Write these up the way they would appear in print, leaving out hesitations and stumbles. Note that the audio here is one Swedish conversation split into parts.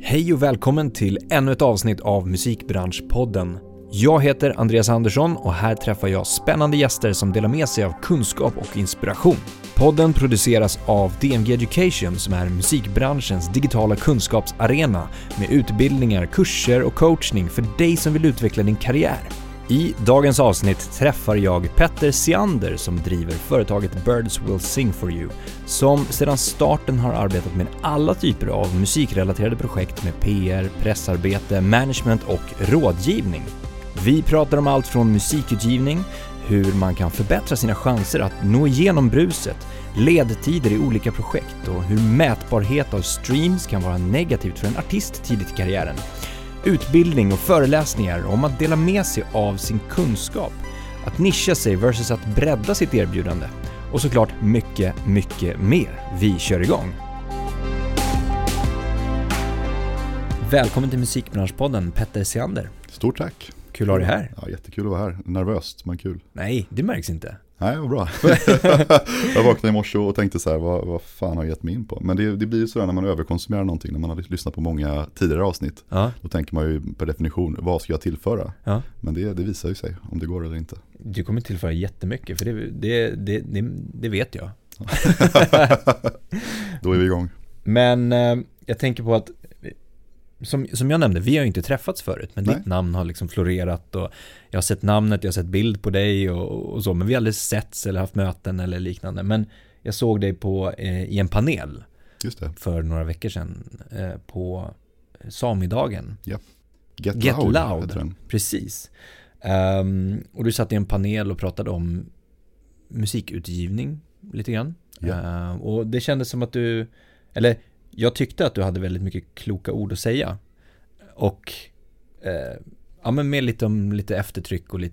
Hej och välkommen till ännu ett avsnitt av Musikbranschpodden. Jag heter Andreas Andersson och här träffar jag spännande gäster som delar med sig av kunskap och inspiration. Podden produceras av DMG Education som är musikbranschens digitala kunskapsarena med utbildningar, kurser och coachning för dig som vill utveckla din karriär. I dagens avsnitt träffar jag Petter Siander som driver företaget Birds Will Sing For You, som sedan starten har arbetat med alla typer av musikrelaterade projekt med PR, pressarbete, management och rådgivning. Vi pratar om allt från musikutgivning, hur man kan förbättra sina chanser att nå igenom bruset, ledtider i olika projekt och hur mätbarhet av streams kan vara negativt för en artist tidigt i karriären. Utbildning och föreläsningar om att dela med sig av sin kunskap, att nischa sig versus att bredda sitt erbjudande och såklart mycket, mycket mer. Vi kör igång! Välkommen till Musikbranschpodden, Petter Siander. Stort tack. Kul att ha dig här. Ja, jättekul att vara här. Nervöst, men kul. Nej, det märks inte. Nej, vad bra. Jag vaknade i morse och tänkte så här, vad fan har jag gett mig in på? Men det blir ju så när man överkonsumerar någonting, när man har lyssnat på många tidigare avsnitt. Ja. Då tänker man ju per definition, vad ska jag tillföra? Ja. Men det visar ju sig om det går eller inte. Du kommer tillföra jättemycket, för det vet jag. Då är vi igång. Men jag tänker på att som jag nämnde, vi har ju inte träffats förut, men ditt namn har liksom florerat och jag har sett namnet, jag har sett bild på dig och så, men vi har aldrig setts eller haft möten eller liknande. Men jag såg dig i en panel. Just det. För några veckor sedan på Samidagen. Ja. Get Loud. Precis. Och du satt i en panel och pratade om musikutgivning lite grann. Ja. Och det kändes som att jag tyckte att du hade väldigt mycket kloka ord att säga. Och men med lite eftertryck och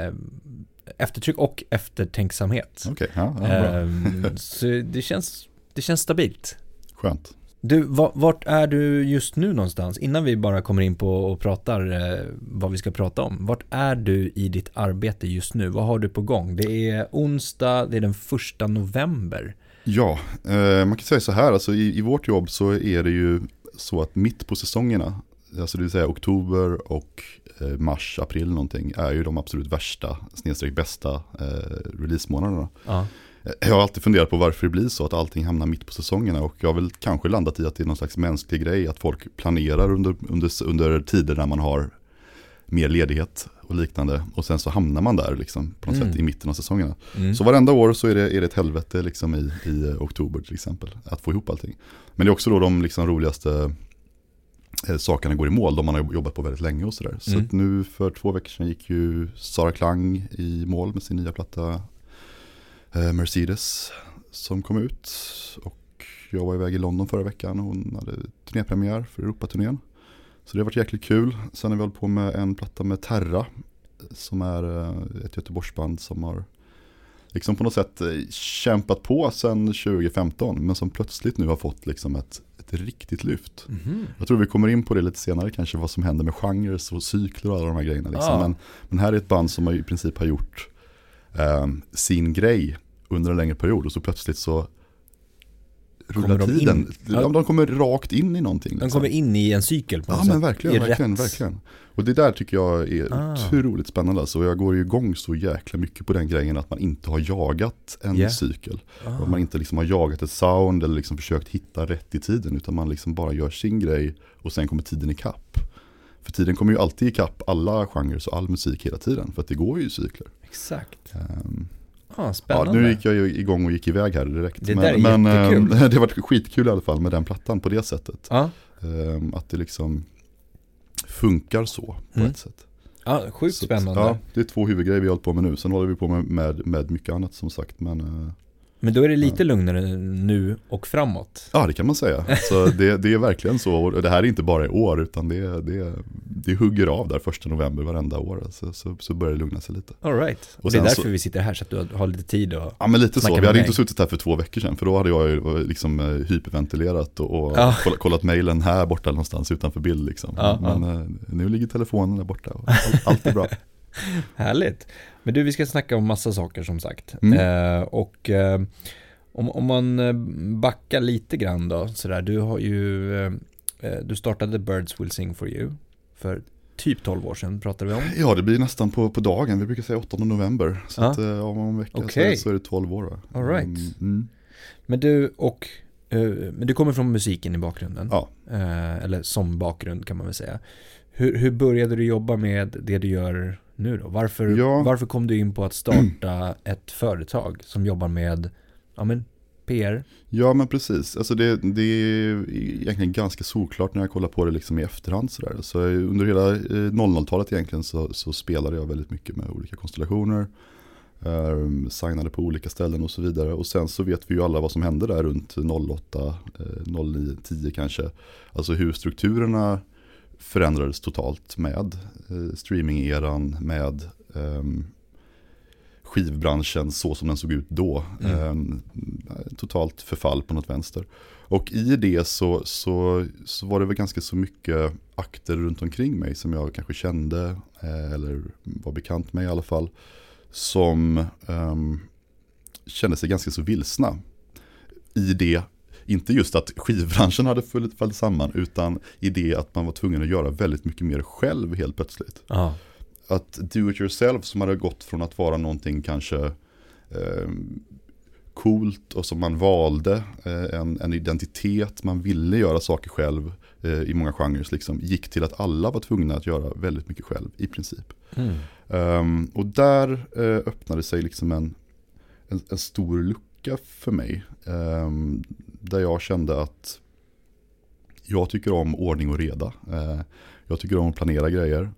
eftertänksamhet. Okej, bra. Så det känns stabilt. Skönt. Du, vart är du just nu någonstans? Innan vi bara kommer in på och pratar vad vi ska prata om. Vart är du i ditt arbete just nu? Vad har du på gång? Det är onsdag, det är den 1 november. Ja, man kan säga så här, alltså i vårt jobb så är det ju så att mitt på säsongerna, alltså det vill säga oktober och mars, april någonting, är ju de absolut värsta, bästa releasemånaderna. Ja. Jag har alltid funderat på varför det blir så att allting hamnar mitt på säsongerna, och jag har väl kanske landat i att det är någon slags mänsklig grej att folk planerar under tider när man har mer ledighet och liknande, och sen så hamnar man där liksom, på något sätt i mitten av säsongerna. Så varenda år så är det ett helvete liksom i oktober till exempel att få ihop allting. Men det är också då de liksom roligaste sakerna går i mål, de man har jobbat på väldigt länge och sådär. Så att nu för 2 veckor sedan gick ju Sara Klang i mål med sin nya platta Mercedes som kom ut, och jag var iväg i London förra veckan och hon hade turnépremiär för Europaturnén. Så det har varit jäkligt kul. Sen har vi hållit på med en platta med Terra, som är ett Göteborgsband som har liksom på något sätt kämpat på sedan 2015, men som plötsligt nu har fått liksom ett riktigt lyft. Jag tror vi kommer in på det lite senare, kanske vad som händer med genrer och cykler och alla de här grejerna. Liksom. Men här är ett band som i princip har gjort sin grej under en längre period, och så plötsligt så rullar tiden. De kommer rakt in i någonting. Liksom. De kommer in i en cykel på något sätt. Ja, men verkligen. Och det där tycker jag är otroligt spännande. Alltså, jag går ju igång så jäkla mycket på den grejen att man inte har jagat en cykel. Och man inte liksom har jagat ett sound eller liksom försökt hitta rätt i tiden, utan man liksom bara gör sin grej och sen kommer tiden i kapp. För tiden kommer ju alltid i kapp alla genrer och all musik hela tiden, för att det går ju i cykler. Exakt. Spännande. Ja, nu gick jag igång och gick iväg här direkt. Det där är jättekul. Det har varit skitkul i alla fall med den plattan på det sättet. Att det liksom funkar så på ett sätt. Ja, sjukt spännande. Ja, det är 2 huvudgrejer vi har hållit på med nu. Sen håller vi på med mycket annat som sagt. Men då är det lite lugnare nu och framåt. Ja, det kan man säga. Så det är verkligen så. Och det här är inte bara i år, utan det hugger av där 1 november varenda år. Så börjar det lugna sig lite. All right. Och det är därför vi sitter här, så att du har lite tid att ja, men lite så. Vi hade inte suttit här för 2 veckor sedan, för då hade jag ju liksom hyperventilerat och kollat mejlen här borta någonstans utanför bild. Liksom. Men nu ligger telefonen där borta och allt är bra. Härligt. Men du, vi ska snacka om massa saker som sagt. Om man backar lite grann då, sådär, du har ju Du startade Birds Will Sing For You för typ 12 år sedan pratar vi om. Ja, det blir nästan på dagen. Vi brukar säga 8 november. Så att, om en vecka så är det 12 år. Va? All right. Men du kommer från musiken i bakgrunden. Ja. Eller som bakgrund kan man väl säga. Hur började du jobba med det du gör nu då? Varför kom du in på att starta ett företag som jobbar med PR? Ja, men precis. Alltså det är egentligen ganska solklart när jag kollar på det liksom i efterhand. Så under hela 00-talet egentligen så spelade jag väldigt mycket med olika konstellationer. Signade på olika ställen och så vidare. Och sen så vet vi ju alla vad som hände där runt 08, 09, 10 kanske. Alltså hur strukturerna förändrades totalt med streaming-eran, med skivbranschen så som den såg ut då. Totalt förfall på något vänster. Och i det så var det väl ganska så mycket akter runt omkring mig som jag kanske kände eller var bekant med i alla fall, som kände sig ganska så vilsna i det. Inte just att skivbranschen hade fallit samman, utan i det att man var tvungen att göra väldigt mycket mer själv helt plötsligt. Att do it yourself som hade gått från att vara någonting kanske coolt och som man valde, en identitet, man ville göra saker själv i många genrer liksom, gick till att alla var tvungna att göra väldigt mycket själv i princip. Och där öppnade sig liksom en stor lucka för mig, där jag kände att jag tycker om ordning och reda. Jag tycker om att planera grejer.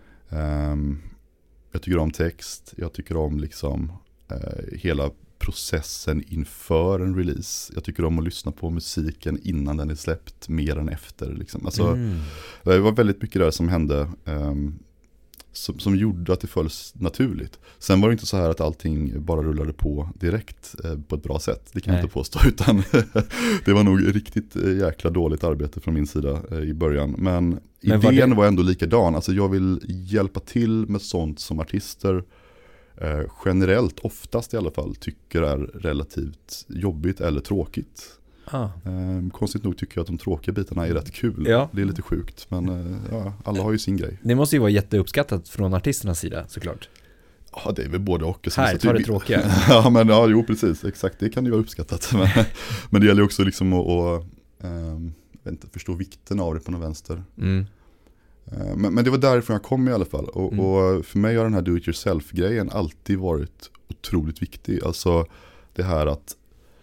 Jag tycker om text. Jag tycker om liksom hela processen inför en release. Jag tycker om att lyssna på musiken innan den är släppt mer än efter. Liksom. Alltså, det var väldigt mycket där som hände som gjorde att det följs naturligt. Sen var det inte så här att allting bara rullade på direkt på ett bra sätt. Det kan jag inte påstå, utan det var nog riktigt jäkla dåligt arbete från min sida i början. Men idén var ändå likadan. Alltså jag vill hjälpa till med sånt som artister generellt, oftast i alla fall, tycker är relativt jobbigt eller tråkigt. Konstigt nog tycker jag att de tråkiga bitarna är rätt kul. Ja. Det är lite sjukt, men alla har ju sin grej. Det måste ju vara jätteuppskattat från artisternas sida, såklart. Ja, det är väl både och. Här, ta det tråkiga. Jo, precis. Exakt, det kan ju vara uppskattat. Men det gäller också liksom att förstå vikten av det på någon vänster. Men det var därifrån jag kom i alla fall. Och för mig har den här do-it-yourself-grejen alltid varit otroligt viktig. Alltså det här att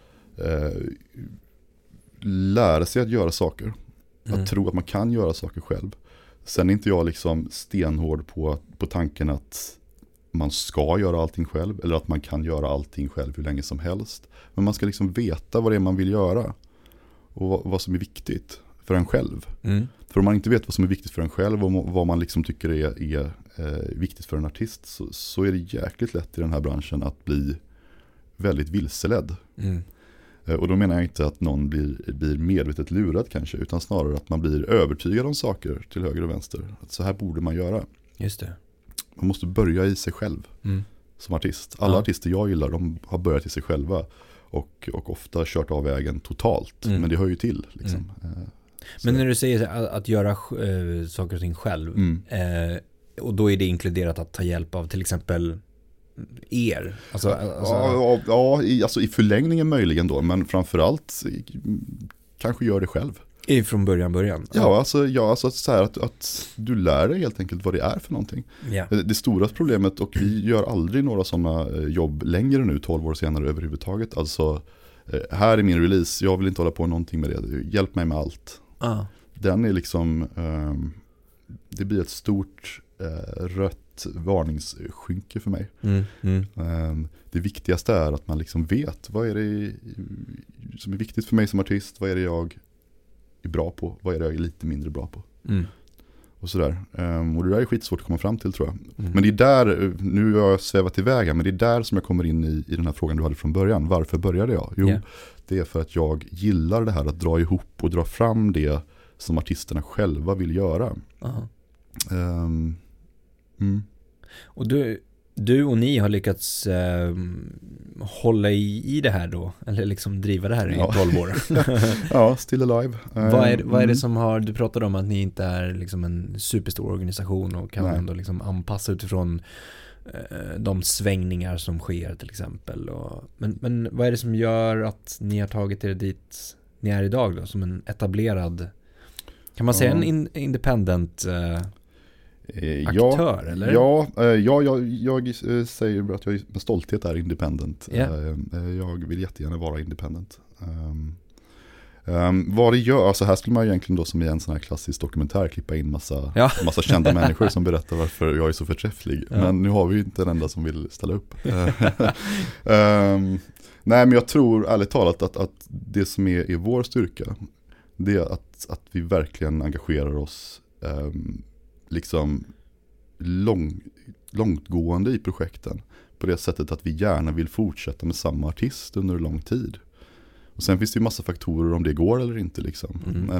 lära sig att göra saker. Att tro att man kan göra saker själv. Sen är inte jag liksom stenhård på tanken att man ska göra allting själv. Eller att man kan göra allting själv hur länge som helst. Men man ska liksom veta vad det är man vill göra. Och vad som är viktigt för en själv. För om man inte vet vad som är viktigt för en själv och vad man liksom tycker är viktigt för en artist, så är det jäkligt lätt i den här branschen att bli väldigt vilseledd. Och då menar jag inte att någon blir medvetet lurad kanske, utan snarare att man blir övertygad om saker till höger och vänster. Att så här borde man göra. Just det. Man måste börja i sig själv som artist. Alla artister jag gillar, de har börjat i sig själva och ofta kört av vägen totalt. Men det hör ju till liksom. Men när du säger att göra saker och ting själv, och då är det inkluderat att ta hjälp av till exempel er? Alltså i förlängningen möjligen då, men framförallt kanske gör det själv. Från början? Ja, alltså så här att du lär dig helt enkelt vad det är för någonting. Det stora problemet, och vi gör aldrig några sådana jobb längre nu, 12 år senare överhuvudtaget. Alltså, här är min release, jag vill inte hålla på någonting med det. Hjälp mig med allt. Den är liksom, det blir ett stort rött varningsskynke för mig. Det viktigaste är att man liksom vet vad är det som är viktigt för mig som artist, vad är det jag är bra på, vad är det jag är lite mindre bra på. Och sådär. Och det där är skitsvårt att komma fram till, tror jag. Men det är där, nu har jag svävat iväg, men det är där som jag kommer in i den här frågan du hade från början. Varför började jag? Jo, det är för att jag gillar det här att dra ihop och dra fram det som artisterna själva vill göra. Och du och ni har lyckats hålla i det här då, eller liksom driva det här i 12 år. Ja, still alive. Vad är det som har, du pratade om att ni inte är liksom en superstor organisation och kan ändå liksom anpassa utifrån de svängningar som sker till exempel. Men vad är det som gör att ni har tagit er dit ni är idag då, som en etablerad, kan man säga en independent aktör, eller? Jag säger att jag med stolthet är independent. Yeah. Jag vill jättegärna vara independent. Vad det gör, alltså här skulle man egentligen då som i en sån här klassisk dokumentär klippa in massa kända människor som berättar varför jag är så förträfflig. Ja. Men nu har vi ju inte en enda som vill ställa upp. Nej, men jag tror ärligt talat att det som är vår styrka, det är att vi verkligen engagerar oss liksom långtgående i projekten. På det sättet att vi gärna vill fortsätta med samma artist under lång tid. Och sen finns det ju massa faktorer om det går eller inte liksom.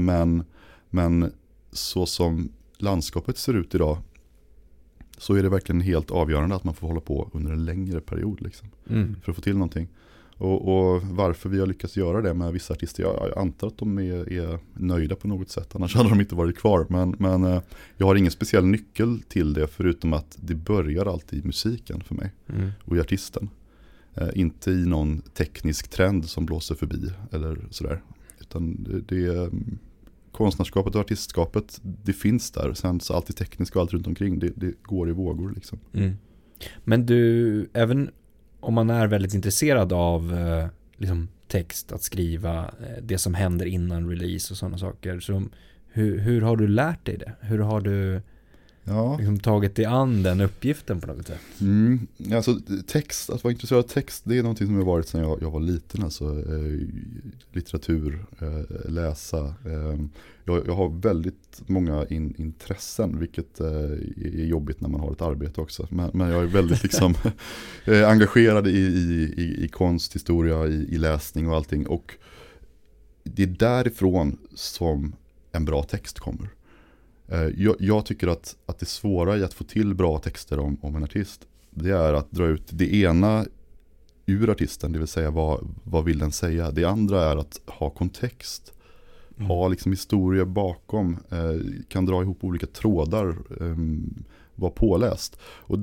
Men så som landskapet ser ut idag, så är det verkligen helt avgörande att man får hålla på under en längre period liksom, för att få till någonting. Och varför vi har lyckats göra det med vissa artister, jag antar att de är nöjda på något sätt, annars hade de inte varit kvar. Men jag har ingen speciell nyckel till det, förutom att det börjar alltid i musiken för mig och i artisten. Inte i någon teknisk trend som blåser förbi eller sådär. Utan det är konstnärskapet och artistskapet, det finns där. Sen så allt det tekniska och allt runt omkring, det går i vågor liksom. Men du, även om man är väldigt intresserad av liksom text, att skriva, det som händer innan release och sådana saker, så hur har du lärt dig det? Hur har du liksom tagit dig an den uppgiften på något sätt? Alltså text, att vara intresserad av text, det är någonting som har varit sedan jag var liten. Alltså litteratur, läsa. Jag har väldigt många intressen, vilket är jobbigt när man har ett arbete också. Men jag är väldigt liksom engagerad i konst, historia, i läsning och allting. Och det är därifrån som en bra text kommer. Jag tycker att det svåra i att få till bra texter om en artist, det är att dra ut det ena ur artisten, det vill säga vad vill den säga. Det andra är att ha kontext, ha liksom historia bakom, kan dra ihop olika trådar, vara påläst. Och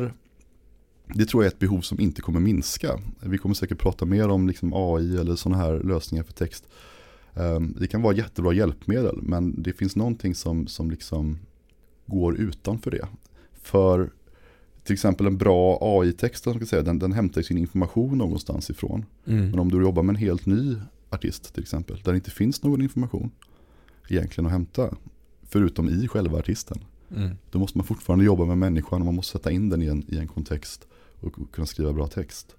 det tror jag är ett behov som inte kommer minska. Vi kommer säkert prata mer om liksom AI eller sådana här lösningar för text. Det kan vara jättebra hjälpmedel, men det finns någonting som liksom går utanför det. För till exempel en bra AI-text, den hämtar sin information någonstans ifrån. Men om du jobbar med en helt ny artist till exempel, där det inte finns någon information egentligen att hämta, förutom i själva artisten, då måste man fortfarande jobba med människan och man måste sätta in den i en kontext och kunna skriva bra text.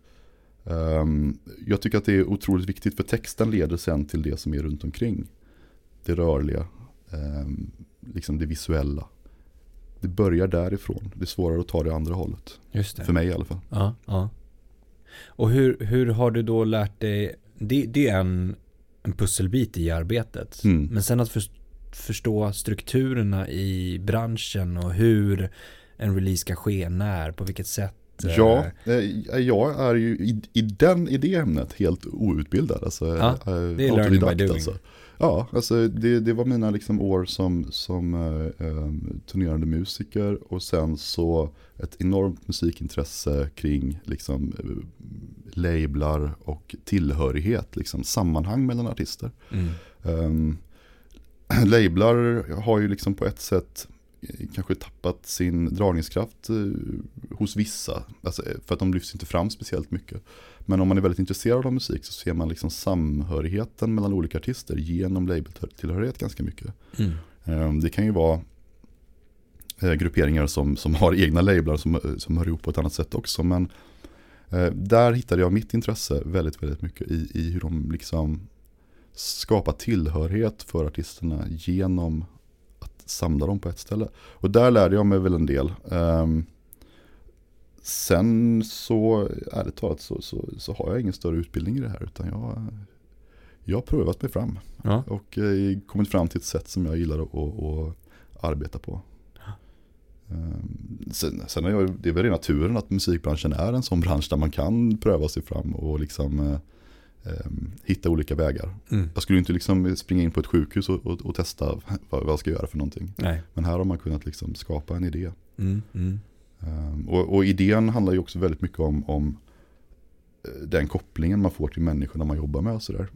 Jag tycker att det är otroligt viktigt, för texten leder sen till det som är runt omkring. Det rörliga, liksom det visuella. Det börjar därifrån. Det är svårare att ta det andra hållet. Just det. För mig i alla fall. Ja. Och hur har du då lärt dig, det är en pusselbit i arbetet. Men sen att förstå strukturerna i branschen och hur en release ska ske, när, på vilket sätt. Ja, jag är ju i det ämnet helt outbildad. Alltså, det är learning by doing. Alltså. Ja, alltså det var mina liksom år som turnerande musiker, och sen så ett enormt musikintresse kring liksom lablar och tillhörighet, liksom sammanhang mellan artister. Lablar har ju liksom på ett sätt kanske tappat sin dragningskraft hos vissa, alltså för att de lyfts inte fram speciellt mycket. Men om man är väldigt intresserad av musik så ser man liksom samhörigheten mellan olika artister genom labeltillhörighet ganska mycket. Det kan ju vara grupperingar som har egna lablar som hör ihop på ett annat sätt också, men där hittade jag mitt intresse väldigt, väldigt mycket i hur de liksom skapar tillhörighet för artisterna genom samla dem på ett ställe. Och där lärde jag mig väl en del. Sen så, ärligt talat, så har jag ingen större utbildning i det här, utan jag har prövat mig fram. Och kommit fram till ett sätt som jag gillar att arbeta på. Sen är det väl i naturen att musikbranschen är en sån bransch där man kan pröva sig fram och liksom hitta olika vägar. Jag skulle inte liksom springa in på ett sjukhus och testa vad jag ska göra för någonting. Nej. Men här har man kunnat liksom skapa en idé. Och idén handlar ju också väldigt mycket om den kopplingen man får till människorna man jobbar med och sådär.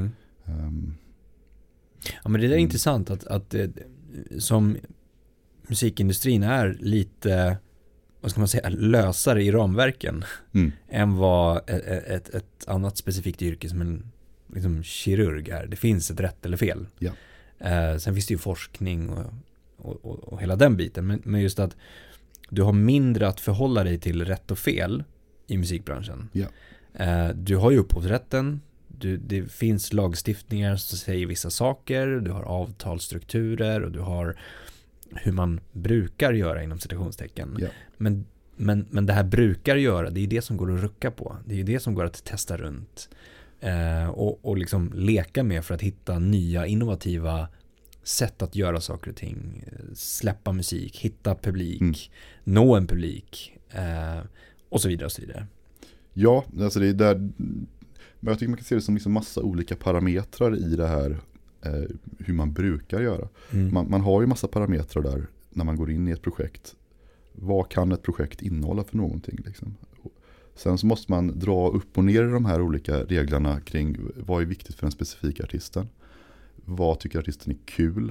Ja, men det är intressant att som musikindustrin är lite, vad ska man säga, lösare i ramverken än vad ett annat specifikt yrke som en liksom kirurg är. Det finns ett rätt eller fel. Ja. Sen finns det ju forskning och hela den biten. Men just att du har mindre att förhålla dig till rätt och fel i musikbranschen. Ja. Du har ju upphovsrätten. Det finns lagstiftningar som säger vissa saker. Du har avtalsstrukturer och du har hur man brukar göra inom citationstecken. Ja. Men det här brukar göra, det är det som går att rucka på. Det är det som går att testa runt och liksom leka med för att hitta nya innovativa sätt att göra saker och ting. Släppa musik, hitta publik, nå en publik och så vidare och så vidare. Ja, alltså det är där, men jag tycker man kan se det som liksom massa olika parametrar i det här hur man brukar göra. Man har ju massa parametrar där när man går in i ett projekt. Vad kan ett projekt innehålla för någonting liksom? Sen så måste man dra upp och ner i de här olika reglerna kring vad är viktigt för den specifika artisten. Vad tycker artisten är kul?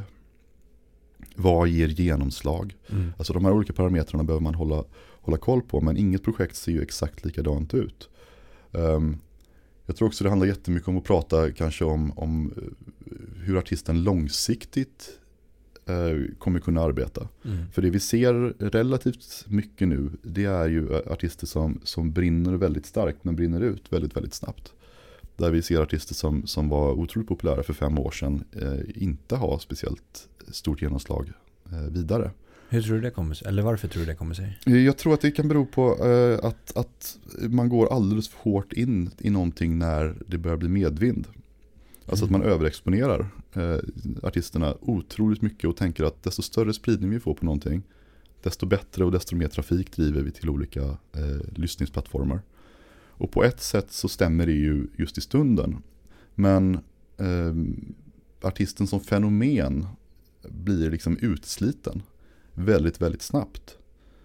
Vad ger genomslag? Alltså de här olika parametrarna behöver man hålla koll på, men inget projekt ser ju exakt likadant ut. Jag tror också det handlar jättemycket om att prata kanske om hur artisten långsiktigt kommer kunna arbeta. För det vi ser relativt mycket nu, det är ju artister som brinner väldigt starkt men brinner ut väldigt, väldigt snabbt. Där vi ser artister som var otroligt populära för 5 år sedan inte ha speciellt stort genomslag vidare. Hur tror du det kommer sig? Eller varför tror du det kommer sig? Jag tror att det kan bero på att man går alldeles för hårt in i någonting när det börjar bli medvind. Alltså att man överexponerar artisterna otroligt mycket och tänker att desto större spridning vi får på någonting, desto bättre och desto mer trafik driver vi till olika lyssningsplattformar. Och på ett sätt så stämmer det ju just i stunden. Men artisten som fenomen blir liksom utsliten väldigt, väldigt snabbt.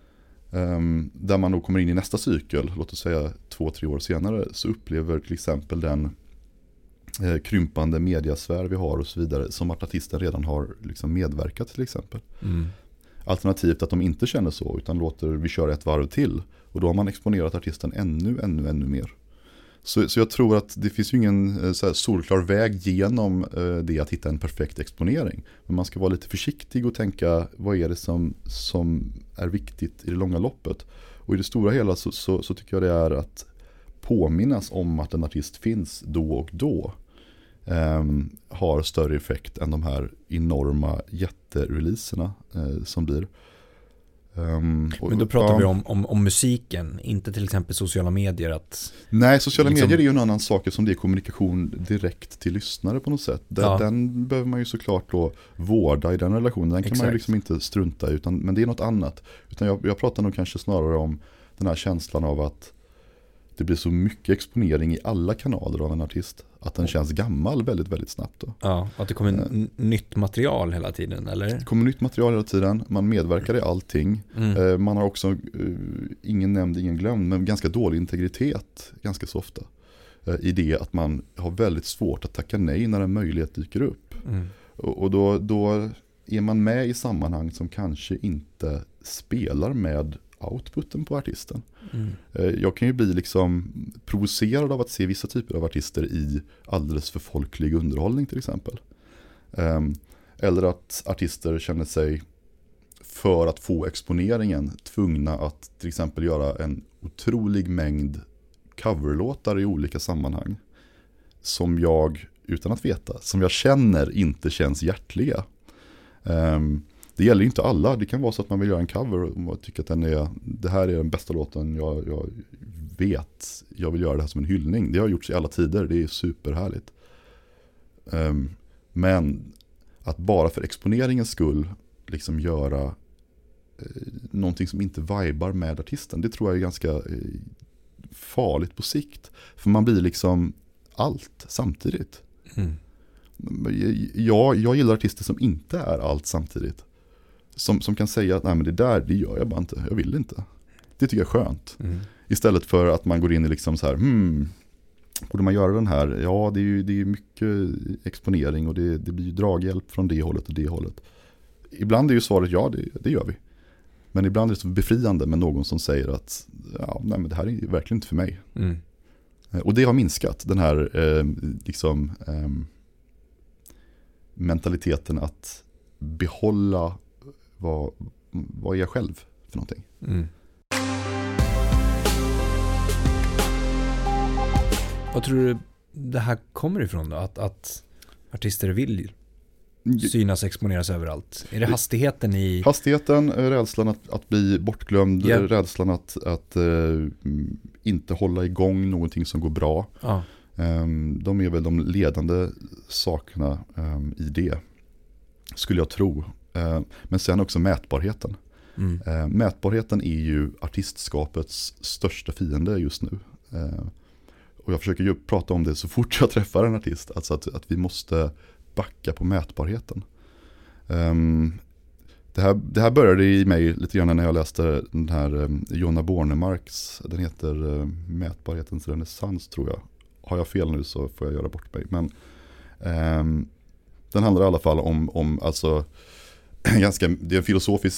Där man då kommer in i nästa cykel, låt oss säga 2-3 år senare, så upplever till exempel den krympande mediasfär vi har och så vidare som att artisten redan har liksom medverkat till exempel. Alternativt att de inte känner så utan låter vi köra ett varv till och då har man exponerat artisten ännu mer. Så jag tror att det finns ju ingen så här solklar väg genom det att hitta en perfekt exponering. Men man ska vara lite försiktig och tänka vad är det som är viktigt i det långa loppet. Och i det stora hela så tycker jag det är att påminnas om att en artist finns då och då har större effekt än de här enorma jättereleaserna som blir. Men då pratar vi om musiken, inte till exempel sociala medier. Nej, sociala medier är ju en annan sak som det är kommunikation direkt till lyssnare på något sätt. Den behöver man ju såklart då vårda i den relationen. Den kan man ju liksom inte strunta i, men det är något annat. Utan jag pratar nog kanske snarare om den här känslan av att det blir så mycket exponering i alla kanaler av en artist att den känns gammal väldigt, väldigt snabbt då. Ja, att det kommer nytt material hela tiden, eller? Det kommer nytt material hela tiden, man medverkar i allting. Man har också, ingen nämnd, ingen glömd, men ganska dålig integritet ganska så ofta. I det att man har väldigt svårt att tacka nej när en möjlighet dyker upp. Och då är man med i sammanhang som kanske inte spelar med outputen på artisten. Jag kan ju bli liksom provocerad av att se vissa typer av artister i alldeles för folklig underhållning till exempel. Eller att artister känner sig för att få exponeringen tvungna att till exempel göra en otrolig mängd coverlåtar i olika sammanhang som jag, utan att veta, som jag känner inte känns hjärtliga. Det gäller inte alla. Det kan vara så att man vill göra en cover och tycker att det här är den bästa låten jag vet. Jag vill göra det här som en hyllning. Det har gjorts i alla tider. Det är superhärligt. Men att bara för exponeringens skull liksom göra någonting som inte vibar med artisten. Det tror jag är ganska farligt på sikt. För man blir liksom allt samtidigt. Jag gillar artister som inte är allt samtidigt. Som kan säga att nej, men det gör jag bara inte, jag vill inte. Det tycker jag är skönt. Istället för att man går in i liksom så här, borde man göra den här? Ja, det är mycket exponering och det blir ju draghjälp från det hållet och det hållet. Ibland är ju svaret ja, det gör vi. Men ibland är det så befriande med någon som säger att ja, nej, men det här är verkligen inte för mig. Och det har minskat, den här mentaliteten att behålla vad är jag själv för någonting. Vad tror du det här kommer ifrån då? Att artister vill synas, exponeras överallt? Är det hastigheten i... Hastigheten, rädslan att bli bortglömd, rädslan att inte hålla igång någonting som går bra. De är väl de ledande sakerna i det, skulle jag tro. Men sen också mätbarheten. Mätbarheten är ju artistskapets största fiende just nu. Och jag försöker ju prata om det så fort jag träffar en artist. Alltså att vi måste backa på mätbarheten. Det här började i mig lite grann när jag läste den här Jonna Bornemarks. Den heter Mätbarhetens renässans, tror jag. Har jag fel nu så får jag göra bort mig. Men den handlar i alla fall om alltså det är en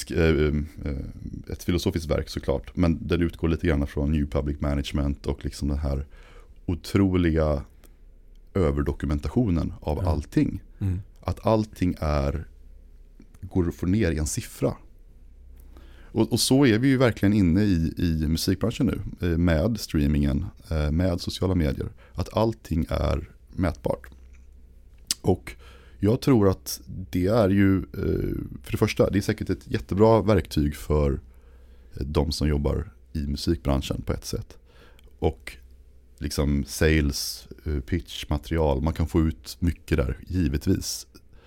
ett filosofiskt verk såklart, men den utgår lite grann från New Public Management och liksom den här otroliga överdokumentationen av allting. Att allting går att få ner i en siffra. Och så är vi ju verkligen inne i musikbranschen nu, med streamingen, med sociala medier. Att allting är mätbart. Och jag tror att det är ju, för det första, det är säkert ett jättebra verktyg för de som jobbar i musikbranschen på ett sätt. Och liksom sales, pitch, material, man kan få ut mycket där, givetvis.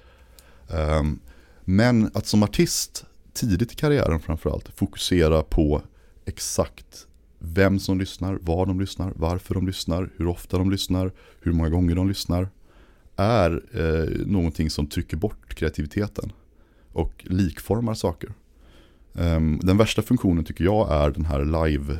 Men att som artist, tidigt i karriären framförallt, fokusera på exakt vem som lyssnar, vad de lyssnar, varför de lyssnar, hur ofta de lyssnar, hur många gånger de lyssnar, är någonting som trycker bort kreativiteten och likformar saker. Den värsta funktionen tycker jag är den här live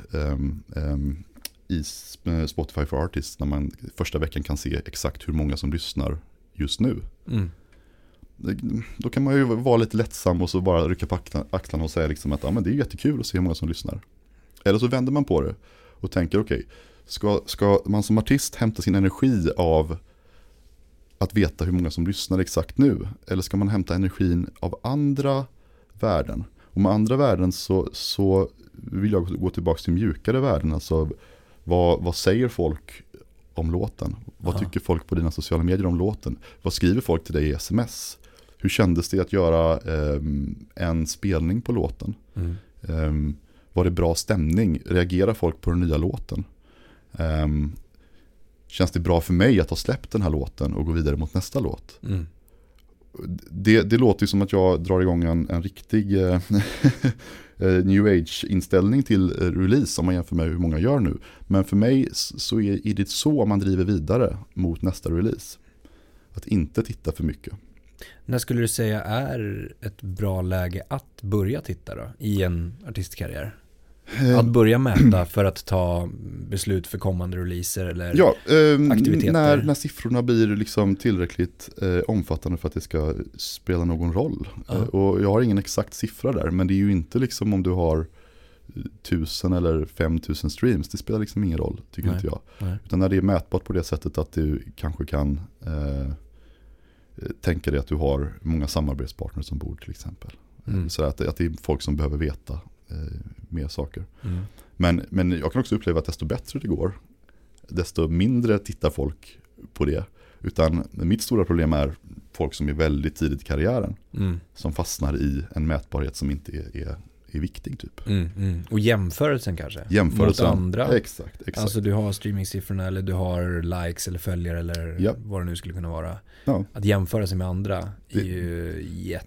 i Spotify for Artists, när man första veckan kan se exakt hur många som lyssnar just nu. Då kan man ju vara lite lättsam och så bara rycka på axlarna och säga liksom att ja, men det är jättekul att se hur många som lyssnar. Eller så vänder man på det och tänker okej, ska man som artist hämta sin energi av att veta hur många som lyssnar exakt nu? Eller ska man hämta energin av andra värden? Och med andra värden så vill jag gå tillbaka till mjukare värden. Alltså vad säger folk om låten? Vad tycker folk på dina sociala medier om låten? Vad skriver folk till dig i sms? Hur kändes det att göra en spelning på låten? Var det bra stämning? Reagerar folk på den nya låten? Känns det bra för mig att ha släppt den här låten och gå vidare mot nästa låt? Det låter ju som att jag drar igång en riktig new age-inställning till release om man jämför med hur många gör nu. Men för mig så är det så man driver vidare mot nästa release. Att inte titta för mycket. När skulle du säga är ett bra läge att börja titta då i en artistkarriär? Att börja mäta för att ta beslut för kommande releaser eller aktiviteter? När siffrorna blir liksom tillräckligt omfattande för att det ska spela någon roll. Och jag har ingen exakt siffra där, men det är ju inte liksom om du har 1000 eller 5000 streams, det spelar liksom ingen roll, tycker inte jag. Utan när det är mätbart på det sättet att du kanske kan tänka dig att du har många samarbetspartners som bor till exempel. Så att det är folk som behöver veta mer saker. Men jag kan också uppleva att desto bättre det går, desto mindre tittar folk på det. Utan mitt stora problem är folk som är väldigt tidigt i karriären som fastnar i en mätbarhet som inte är viktig typ. Och jämförelsen kanske? Mot andra? Exakt. Alltså du har streamingsiffrorna eller du har likes eller följare eller vad det nu skulle kunna vara. Att jämföra sig med andra är ju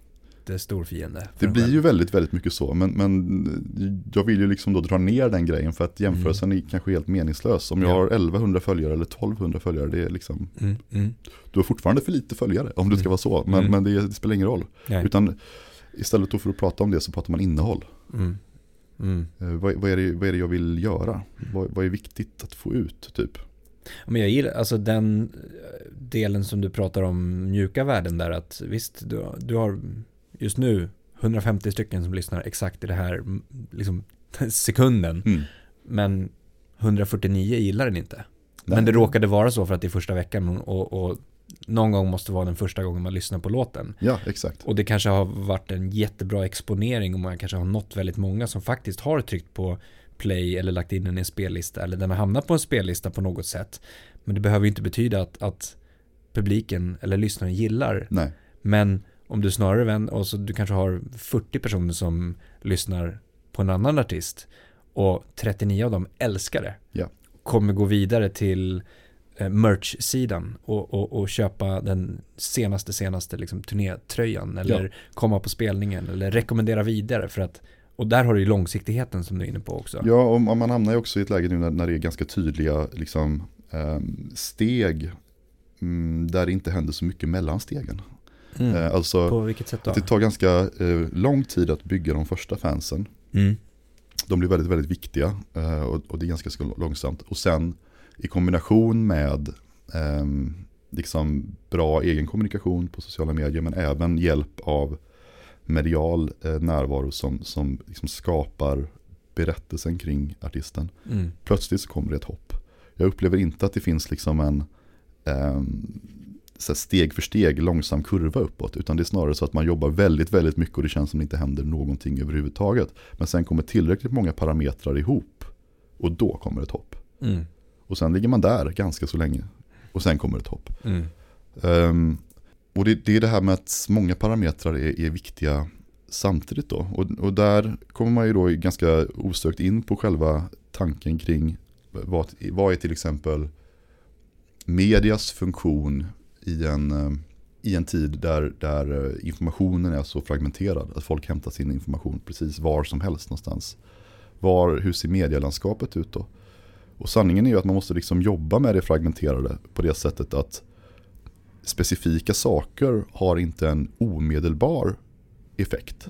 jättestor fiende. Det blir ju väldigt, väldigt mycket så. Men jag vill ju liksom då dra ner den grejen för att jämförelsen är kanske helt meningslös. Om jag har 1100 följare eller 1200 följare, det är liksom... Du har fortfarande för lite följare om det ska vara så. Men det spelar ingen roll. Nej. Utan istället då för att prata om det så pratar man innehåll. Vad är det jag vill göra? Vad är viktigt att få ut typ? Men jag gillar alltså den delen som du pratar om, mjuka värden där, att visst du har just nu 150 stycken som lyssnar exakt i det här liksom sekunden, men 149 gillar den inte. Nej. Men det råkade vara så för att det är första veckan och någon gång måste vara den första gången man lyssnar på låten. Ja, exakt. Och det kanske har varit en jättebra exponering och man kanske har nått väldigt många som faktiskt har tryckt på play eller lagt in den i en spellista eller den har hamnat på en spellista på något sätt. Men det behöver ju inte betyda att publiken eller lyssnaren gillar. Nej. Men om du snarare vänder och så du kanske har 40 personer som lyssnar på en annan artist och 39 av dem älskar det. Ja. Kommer gå vidare till merch-sidan och köpa den senaste liksom turnétröjan eller komma på spelningen eller rekommendera vidare för att, och där har du ju långsiktigheten som du är inne på också. Ja, och man hamnar ju också i ett läge nu när det är ganska tydliga liksom, steg där det inte händer så mycket mellan stegen. Alltså, på vilket sätt då? Att det tar ganska lång tid att bygga de första fansen. De blir väldigt, väldigt viktiga och det är ganska långsamt. Och sen i kombination med liksom bra egen kommunikation på sociala medier men även hjälp av medial närvaro som liksom skapar berättelsen kring artisten. Plötsligt så kommer det ett hopp. Jag upplever inte att det finns liksom en så steg för steg långsam kurva uppåt, utan det är snarare så att man jobbar väldigt, väldigt mycket och det känns som det inte händer någonting överhuvudtaget. Men sen kommer tillräckligt många parametrar ihop och då kommer ett hopp. Och sen ligger man där ganska så länge och sen kommer ett hopp. Och det är det här med att många parametrar är viktiga samtidigt då. Och där kommer man ju då ganska osökt in på själva tanken kring vad är till exempel medias funktion i en tid där informationen är så fragmenterad att folk hämtar sin information precis var som helst någonstans. Hur ser medielandskapet ut då? Och sanningen är ju att man måste liksom jobba med det fragmenterade på det sättet att specifika saker har inte en omedelbar effekt.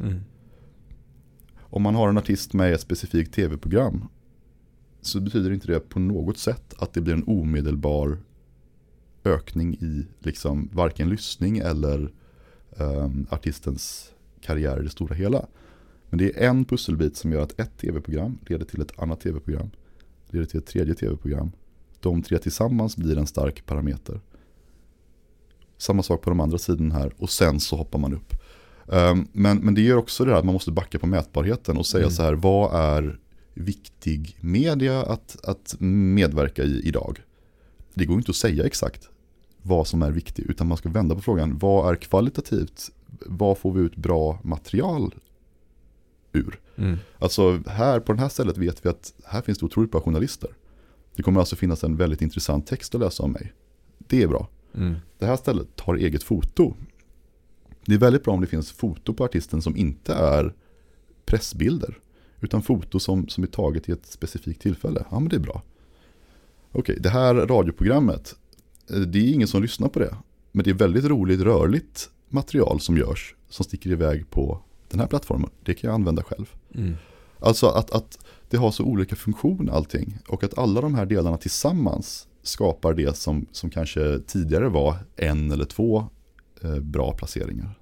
Om man har en artist med ett specifikt tv-program så betyder inte det på något sätt att det blir en omedelbar ökning i liksom varken lyssning eller artistens karriär i det stora hela. Men det är en pusselbit som gör att ett tv-program leder till ett annat tv-program, leder till ett tredje tv-program. De tre tillsammans blir en stark parameter. Samma sak på de andra sidorna här och sen så hoppar man upp. Men det gör också det här att man måste backa på mätbarheten och säga så här, vad är viktig media att medverka i idag? Det går inte att säga exakt vad som är viktigt, utan man ska vända på frågan, vad är kvalitativt? Vad får vi ut bra material ur? Alltså här på det här stället vet vi att här finns det otroligt bra journalister. Det kommer alltså finnas en väldigt intressant text att läsa om mig. Det är bra. Det här stället har eget foto. Det är väldigt bra om det finns foto på artisten som inte är pressbilder, utan foto som är taget i ett specifikt tillfälle. Ja, men det är bra. Okej, det här radioprogrammet, det är ingen som lyssnar på det. Men det är väldigt roligt, rörligt material som görs, som sticker iväg på den här plattformen. Det kan jag använda själv. Alltså att det har så olika funktion allting. Och att alla de här delarna tillsammans skapar det som kanske tidigare var en eller två bra placeringar.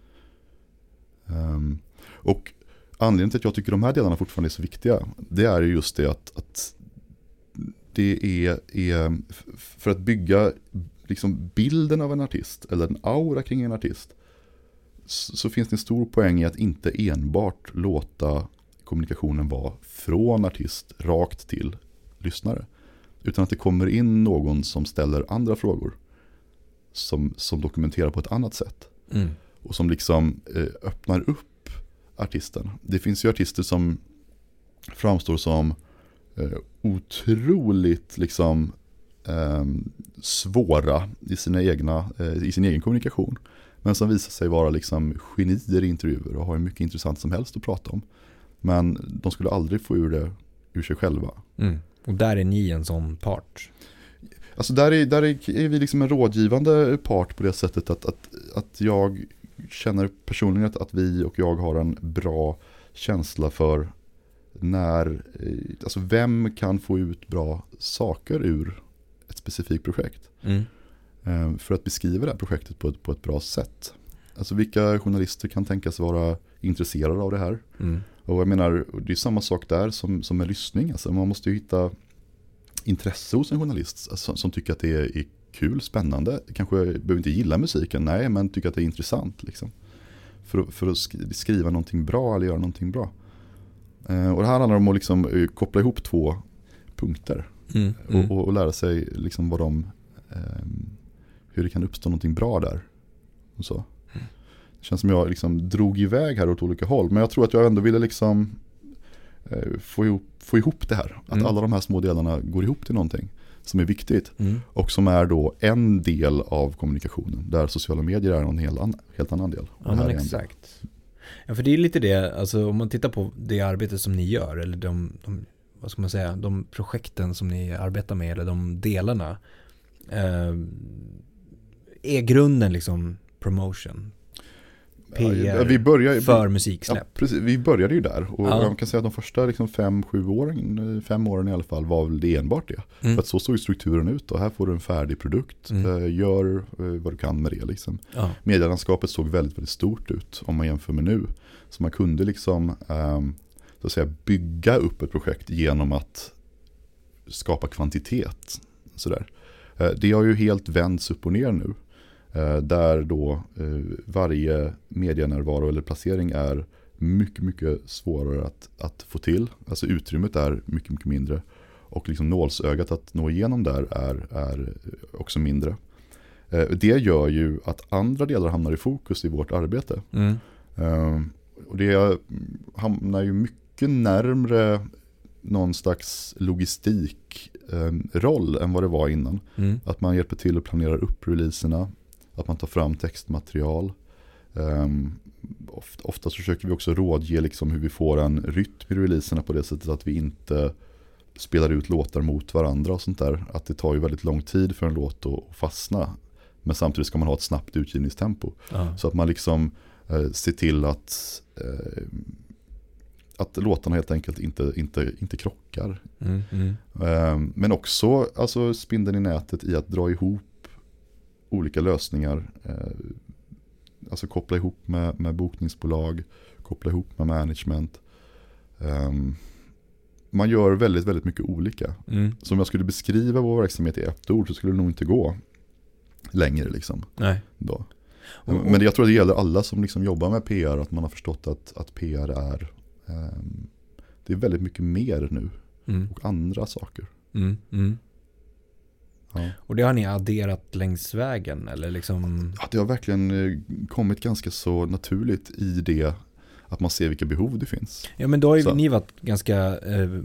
Och anledningen till att jag tycker de här delarna fortfarande är så viktiga, det är just det att det är för att bygga liksom bilden av en artist eller en aura kring en artist, så finns det en stor poäng i att inte enbart låta kommunikationen vara från artist rakt till lyssnare, utan att det kommer in någon som ställer andra frågor som dokumenterar på ett annat sätt och som liksom öppnar upp artisten. Det finns ju artister som framstår som otroligt liksom svåra i sin egen kommunikation, men som visar sig vara liksom genier i intervjuer och har mycket intressant som helst att prata om. Men de skulle aldrig få ur sig själva. Och där är ni en sån part? Alltså där är vi liksom en rådgivande part på det sättet att jag känner personligen att vi och jag har en bra känsla för alltså vem kan få ut bra saker ur ett specifikt projekt. För att beskriva det här projektet på ett bra sätt. Alltså vilka journalister kan tänkas vara intresserade av det här. Och jag menar, det är samma sak där som med lyssning. Alltså man måste ju hitta intresse hos en journalist som tycker att det är kul, spännande. Kanske behöver inte gilla musiken, nej, men tycker att det är intressant liksom. För att skriva någonting bra eller göra någonting bra. Och det här handlar om att liksom koppla ihop 2 punkter. Och lära sig liksom hur det kan uppstå någonting bra där. Och så. Det känns som jag liksom drog iväg här åt olika håll. Men jag tror att jag ändå ville liksom få ihop det här. Att alla de här små delarna går ihop till någonting som är viktigt. Och som är då en del av kommunikationen. Där sociala medier är en helt annan del. Ja, men exakt. Ja, för det är lite det, alltså om man tittar på det arbetet som ni gör, eller vad ska man säga, de projekten som ni arbetar med, eller de delarna, är grunden liksom promotion, PR för musiksläpp. Ja, precis, vi började ju där och jag kan säga att de första liksom 5 åren i alla fall var väl det enbart det. För att så såg strukturen ut och här får du en färdig produkt, gör vad du kan med det liksom. Medielandskapet såg väldigt, väldigt stort ut om man jämför med nu. Så man kunde liksom så att säga bygga upp ett projekt genom att skapa kvantitet. Sådär. Det har ju helt vänts upp och ner nu. Där då varje medienärvaro eller placering är mycket, mycket svårare att få till. Alltså utrymmet är mycket, mycket mindre. Och liksom nålsögat att nå igenom där är också mindre. Det gör ju att andra delar hamnar i fokus i vårt arbete. Och det hamnar ju mycket närmre någon slags logistikroll än vad det var innan. Att man hjälper till att planera upp releaserna. Att man tar fram textmaterial. Ofta så försöker vi också rådge liksom hur vi får en rytm i releaserna på det sättet att vi inte spelar ut låtar mot varandra och sånt där. Att det tar ju väldigt lång tid för en låt att fastna. Men samtidigt ska man ha ett snabbt utgivningstempo. Så att man liksom ser till att låtarna helt enkelt inte krockar. Men också alltså, spindeln i nätet i att dra ihop olika lösningar, alltså koppla ihop med bokningsbolag, koppla ihop med management. Man gör väldigt, väldigt mycket olika. Så om jag skulle beskriva vår verksamhet i ett ord så skulle det nog inte gå längre liksom. Nej. Då. Men jag tror att det gäller alla som liksom jobbar med PR, att man har förstått att PR är det är väldigt mycket mer nu och andra saker. Ja. Och det har ni adderat längs vägen eller liksom? Ja, det har verkligen kommit ganska så naturligt i det att man ser vilka behov det finns. Ja, men då har ju ni varit ganska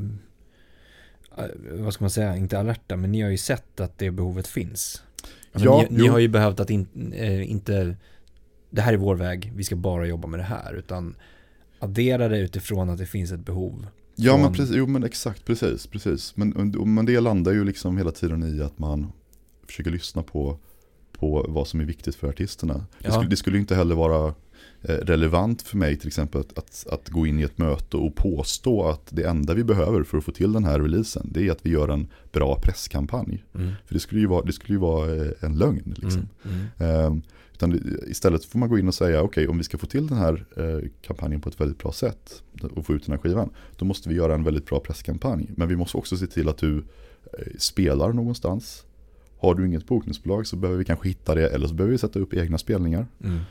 vad ska man säga, inte alerta, men ni har ju sett att det behovet finns. Alltså ni har ju behövt att inte det här är vår väg, vi ska bara jobba med det här, utan addera det utifrån att det finns ett behov. Ja, men precis, men exakt, precis. Men det landar ju liksom hela tiden i att man försöker lyssna på vad som är viktigt för artisterna. Det skulle inte heller vara relevant för mig till exempel att gå in i ett möte och påstå att det enda vi behöver för att få till den här releasen, det är att vi gör en bra presskampanj. För det skulle ju vara en lögn liksom. Utan istället får man gå in och säga okej, om vi ska få till den här kampanjen på ett väldigt bra sätt och få ut den här skivan, då måste vi göra en väldigt bra presskampanj. Men vi måste också se till att du spelar någonstans. Har du inget bokningsbolag så behöver vi kanske hitta det, eller så behöver vi sätta upp egna spelningar.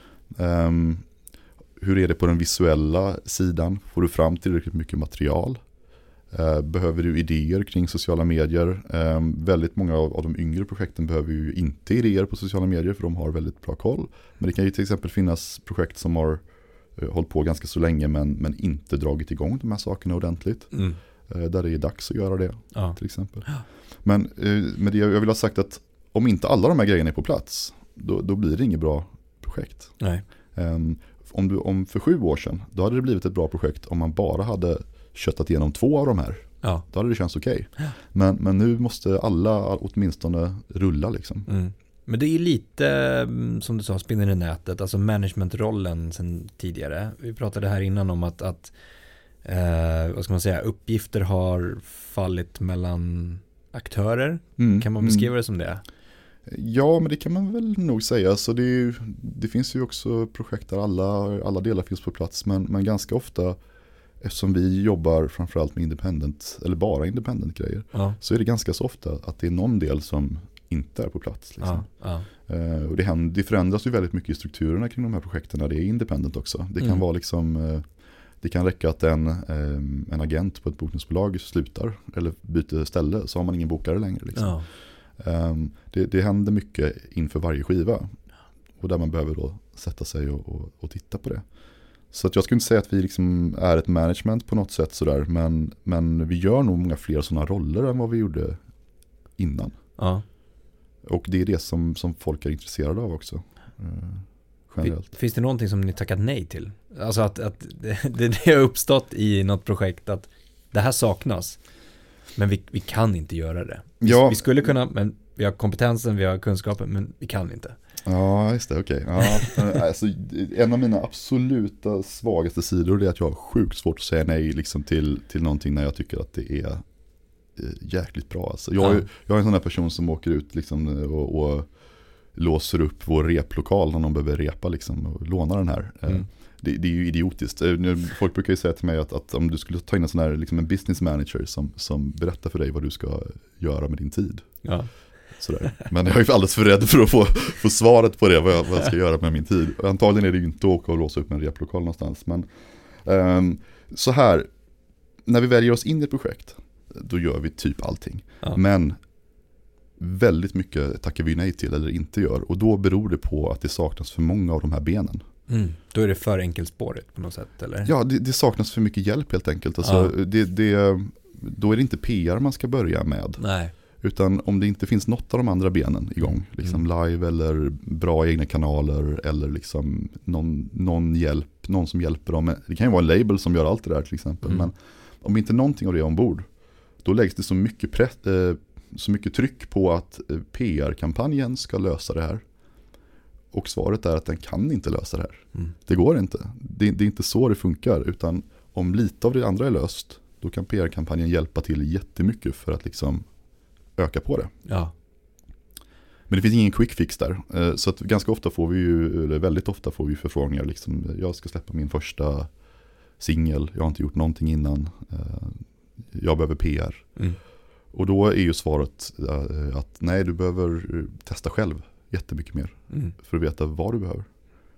Hur är det på den visuella sidan? Får du fram tillräckligt mycket material? Behöver du idéer kring sociala medier? Väldigt många av de yngre projekten behöver ju inte idéer på sociala medier, för de har väldigt bra koll. Men det kan ju till exempel finnas projekt som har hållit på ganska så länge men inte dragit igång de här sakerna ordentligt. Där det är dags att göra det till exempel. Men med det jag vill ha sagt att om inte alla de här grejerna är på plats, då blir det inget bra projekt. Nej. Om för 7 år sedan, då hade det blivit ett bra projekt om man bara hade köttat igenom 2 av de här. Ja. Då hade det känts okej. Ja. Men nu måste alla åtminstone rulla liksom. Mm. Men det är lite, som du sa, spinner i nätet, alltså managementrollen sen tidigare. Vi pratade här innan om att vad ska man säga, uppgifter har fallit mellan aktörer. Kan man beskriva det som det? Ja, men det kan man väl nog säga. Så det finns ju också projekt där alla delar finns på plats. Men ganska ofta, eftersom vi jobbar framförallt med independent, eller bara independent grejer, så är det ganska så ofta att det är någon del som inte är på plats. Liksom. Och det förändras ju väldigt mycket i strukturerna kring de här projekten när det är independent också. Det kan vara liksom... Det kan räcka att en agent på ett bokningsbolag slutar eller byter ställe, så har man ingen bokare längre. Liksom. Det händer mycket inför varje skiva. Och där man behöver då sätta sig och titta på det. Så att jag skulle inte säga att vi liksom är ett management på något sätt sådär, men vi gör nog många fler sådana roller än vad vi gjorde innan. Ja. Och det är det som folk är intresserade av också. Generellt. Finns det någonting som ni tackat nej till? Alltså att det har uppstått i något projekt att det här saknas, men vi kan inte göra det. Vi skulle kunna, men vi har kompetensen, vi har kunskapen, men vi kan inte. Ja, just det, okej. Ja, alltså, en av mina absoluta svagaste sidor är att jag har sjukt svårt att säga nej liksom, till någonting när jag tycker att det är jäkligt bra. Alltså, jag är en sån här person som åker ut liksom, och låser upp vår replokal när någon behöver repa liksom, och låna den här. Det är ju idiotiskt. Folk brukar ju säga till mig att om du skulle ta in en sån här liksom en business manager som berättar för dig vad du ska göra med din tid. Ja. Sådär. Men jag är ju alldeles för rädd för att få svaret på det, vad jag ska göra med min tid. Antagligen är det ju inte att åka och låsa upp en replokal någonstans. Men så här, när vi väljer oss in i ett projekt, då gör vi typ allting. Ja. Men väldigt mycket tackar vi nej till eller inte gör. Och då beror det på att det saknas för många av de här benen. Då är det för enkelspårigt på något sätt, eller? Ja, det saknas för mycket hjälp helt enkelt. Alltså, då är det inte PR man ska börja med. Nej. Utan om det inte finns något av de andra benen igång, liksom live eller bra egna kanaler eller liksom någon hjälp, någon som hjälper dem. Det kan ju vara en label som gör allt det där till exempel. Men om inte någonting av det är ombord, då läggs det så mycket tryck på att PR-kampanjen ska lösa det här. Och svaret är att den kan inte lösa det här. Det går inte. Det är inte så det funkar, utan om lite av det andra är löst, då kan PR-kampanjen hjälpa till jättemycket för att liksom öka på det. Ja. Men det finns ingen quick fix där. Så att ganska ofta får vi ju, eller väldigt ofta får vi förfrågningar liksom, jag ska släppa min första singel, jag har inte gjort någonting innan, jag behöver PR. Och då är ju svaret att nej, du behöver testa själv jättemycket mer för att veta vad du behöver.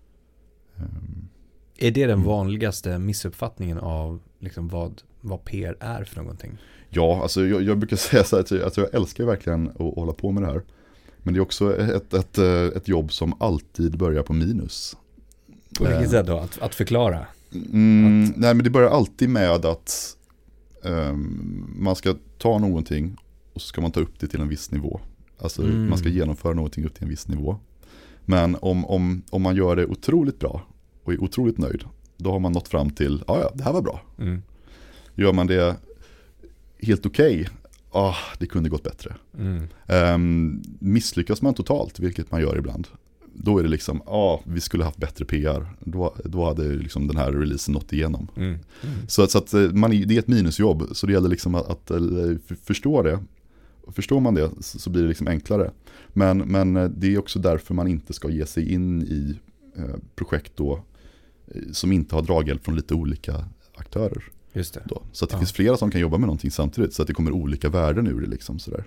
Är det den vanligaste missuppfattningen av liksom vad PR är för någonting? Ja, alltså jag brukar säga så här att jag älskar verkligen att hålla på med det här. Men det är också ett jobb som alltid börjar på minus. På vilket sätt då? Att förklara? Nej, men det börjar alltid med att man ska ta någonting och så ska man ta upp det till en viss nivå. Alltså man ska genomföra någonting upp till en viss nivå. Men om man gör det otroligt bra och är otroligt nöjd, då har man nått fram till, ja, det här var bra. Gör man det helt okej, det kunde gått bättre. Misslyckas man totalt, vilket man gör ibland, då är det liksom, vi skulle haft bättre PR. Då hade liksom den här releasen nått igenom. Så att det är ett minusjobb, så det gäller liksom att förstå det. Förstår man det så blir det liksom enklare. Men det är också därför man inte ska ge sig in i projekt då, som inte har draghjälp från lite olika aktörer. Just det. Då. Så att det finns flera som kan jobba med någonting samtidigt, så att det kommer olika värden ur det liksom sådär.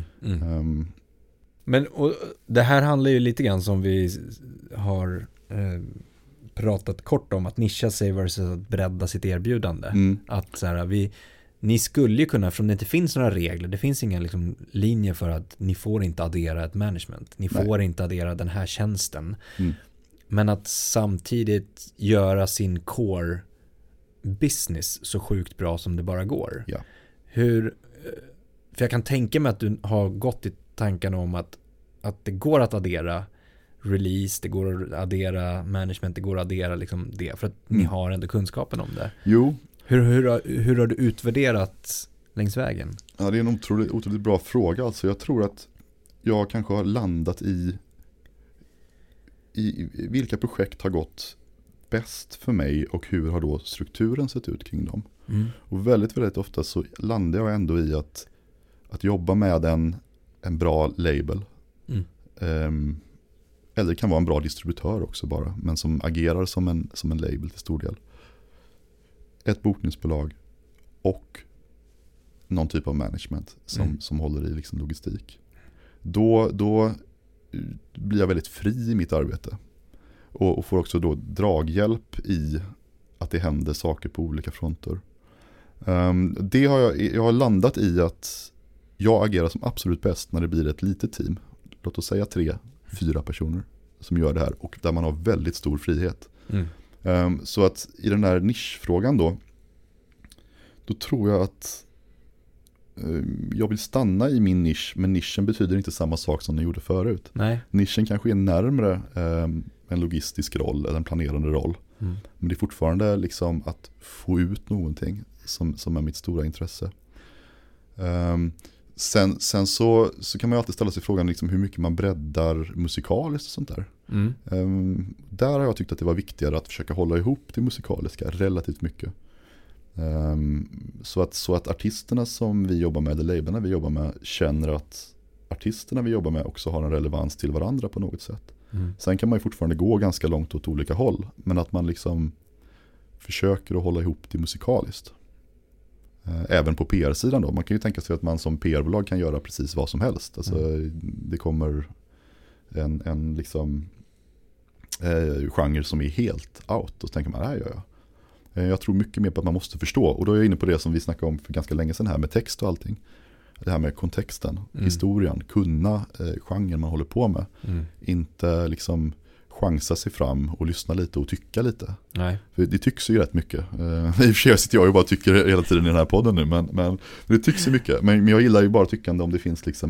Men och det här handlar ju lite grann som vi har pratat kort om, att nischa sig versus att bredda sitt erbjudande. Att så här, ni skulle ju kunna, från det inte finns några regler, det finns inga liksom linjer för att ni får inte addera ett management, ni får inte addera den här tjänsten. Men att samtidigt göra sin core business så sjukt bra som det bara går. Ja. För jag kan tänka mig att du har gått i tankarna om att det går att addera release, det går att addera management, det går att addera liksom det, för att ni har ändå kunskapen om det. Jo. Hur har du utvärderat längs vägen? Ja, det är en otroligt bra fråga. Alltså, jag tror att jag kanske har landat i vilka projekt har gått bäst för mig och hur har då strukturen sett ut kring dem. Och väldigt, väldigt ofta så landar jag ändå i att jobba med en bra label. Eller det kan vara en bra distributör också bara, men som agerar som en label till stor del. Ett bokningsbolag och någon typ av management som håller i liksom logistik. Då blir jag väldigt fri i mitt arbete. Och får också då draghjälp i att det händer saker på olika fronter. Det har jag har landat i att jag agerar som absolut bäst när det blir ett litet team. Låt oss säga 3-4 personer som gör det här och där man har väldigt stor frihet. Så att i den här nischfrågan då tror jag att jag vill stanna i min nisch, men nischen betyder inte samma sak som den gjorde förut. Nej. Nischen kanske är närmare en logistisk roll eller en planerande roll. Men det är fortfarande liksom att få ut någonting som är mitt stora intresse. Sen så kan man ju alltid ställa sig frågan liksom hur mycket man breddar musikaliskt och sånt där. Där har jag tyckt att det var viktigare att försöka hålla ihop det musikaliska relativt mycket. Så att artisterna som vi jobbar med, eller labeln vi jobbar med, känner att artisterna vi jobbar med också har en relevans till varandra på något sätt. Sen kan man ju fortfarande gå ganska långt åt olika håll, men att man liksom försöker att hålla ihop det musikaliskt. Även på PR-sidan då. Man kan ju tänka sig att man som PR-bolag kan göra precis vad som helst. Alltså, det kommer en liksom genre som är helt out, och så tänker man, det här gör jag. Jag tror mycket mer på att man måste förstå, och då är jag inne på det som vi snackade om för ganska länge sedan här med text och allting. Det här med kontexten, historien, kunna genren man håller på med. Inte liksom chansa sig fram och lyssna lite och tycka lite. Nej. För det tycks ju rätt mycket. I och för sig sitter jag ju bara och tycker hela tiden i den här podden nu, men det tycks ju mycket. Men jag gillar ju bara tyckande om det finns liksom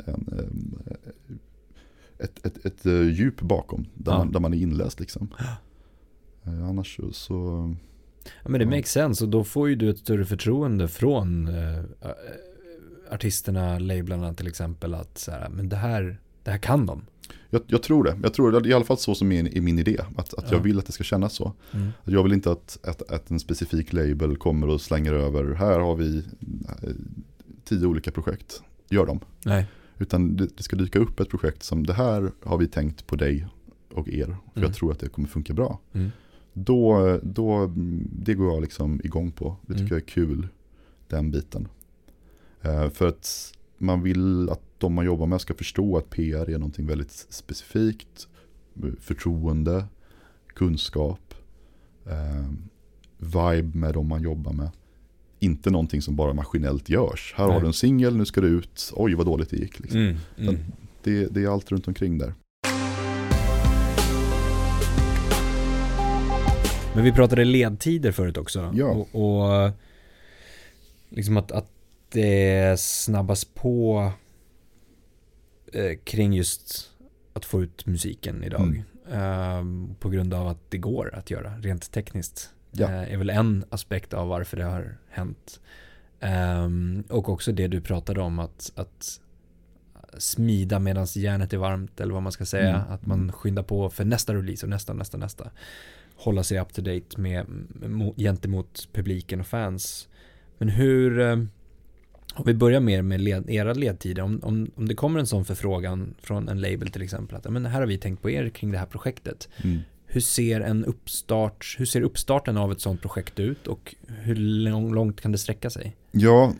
ett djup bakom, där man är inläst liksom. Annars så... Ja, men det makes sense, och då får ju du ett större förtroende från artisterna, lablarna till exempel, att så här, men det här kan de. Jag tror det. Jag tror det är i alla fall så som är min idé. Att jag vill att det ska kännas så. Jag vill inte att en specifik label kommer och slänger över, här har vi 10 olika projekt. Gör dem. Nej. Utan det ska dyka upp ett projekt som, det här har vi tänkt på dig och er. För jag tror att det kommer funka bra. Då det går jag liksom igång på. Det tycker jag är kul, den biten. För att man vill att de man jobbar med ska förstå att PR är någonting väldigt specifikt. Förtroende, kunskap, vibe med de man jobbar med. Inte någonting som bara maskinellt görs. Här har du en singel, nu ska det ut. Oj, vad dåligt det gick. Liksom. Det är allt runt omkring där. Men vi pratade ledtider förut också. Ja. Och liksom att det snabbas på kring just att få ut musiken idag. På grund av att det går att göra rent tekniskt. Är väl en aspekt av varför det har hänt. Och också det du pratade om, att smida medan järnet är varmt, eller vad man ska säga. Att man skyndar på för nästa release och nästa. Hålla sig up to date gentemot publiken och fans. Men hur, om vi börjar mer med era ledtider, om det kommer en sån förfrågan från en label till exempel, att men här har vi tänkt på er kring det här projektet. Hur ser uppstarten av ett sånt projekt ut, och hur långt kan det sträcka sig? Ja,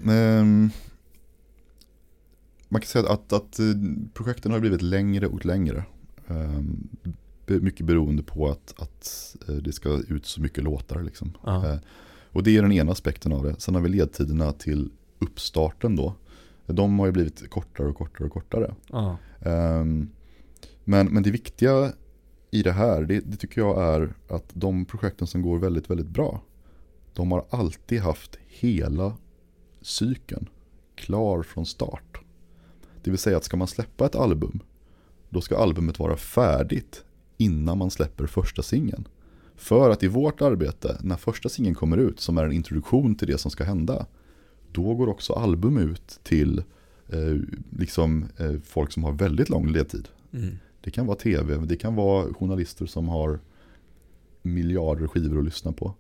man kan säga att projekten har blivit längre och längre. Mycket beroende på att det ska ut så mycket låtar liksom. Och det är den ena aspekten av det. Sen har vi ledtiderna till uppstarten då. De har ju blivit kortare och kortare. Men det viktiga i det här, det tycker jag är att de projekten som går väldigt, väldigt bra, de har alltid haft hela cykeln klar från start. Det vill säga att ska man släppa ett album, då ska albumet vara färdigt innan man släpper första singeln. För att i vårt arbete, när första singeln kommer ut, som är en introduktion till det som ska hända, då går också album ut till folk som har väldigt lång ledtid. Det kan vara tv, det kan vara journalister som har miljarder skivor att lyssna på.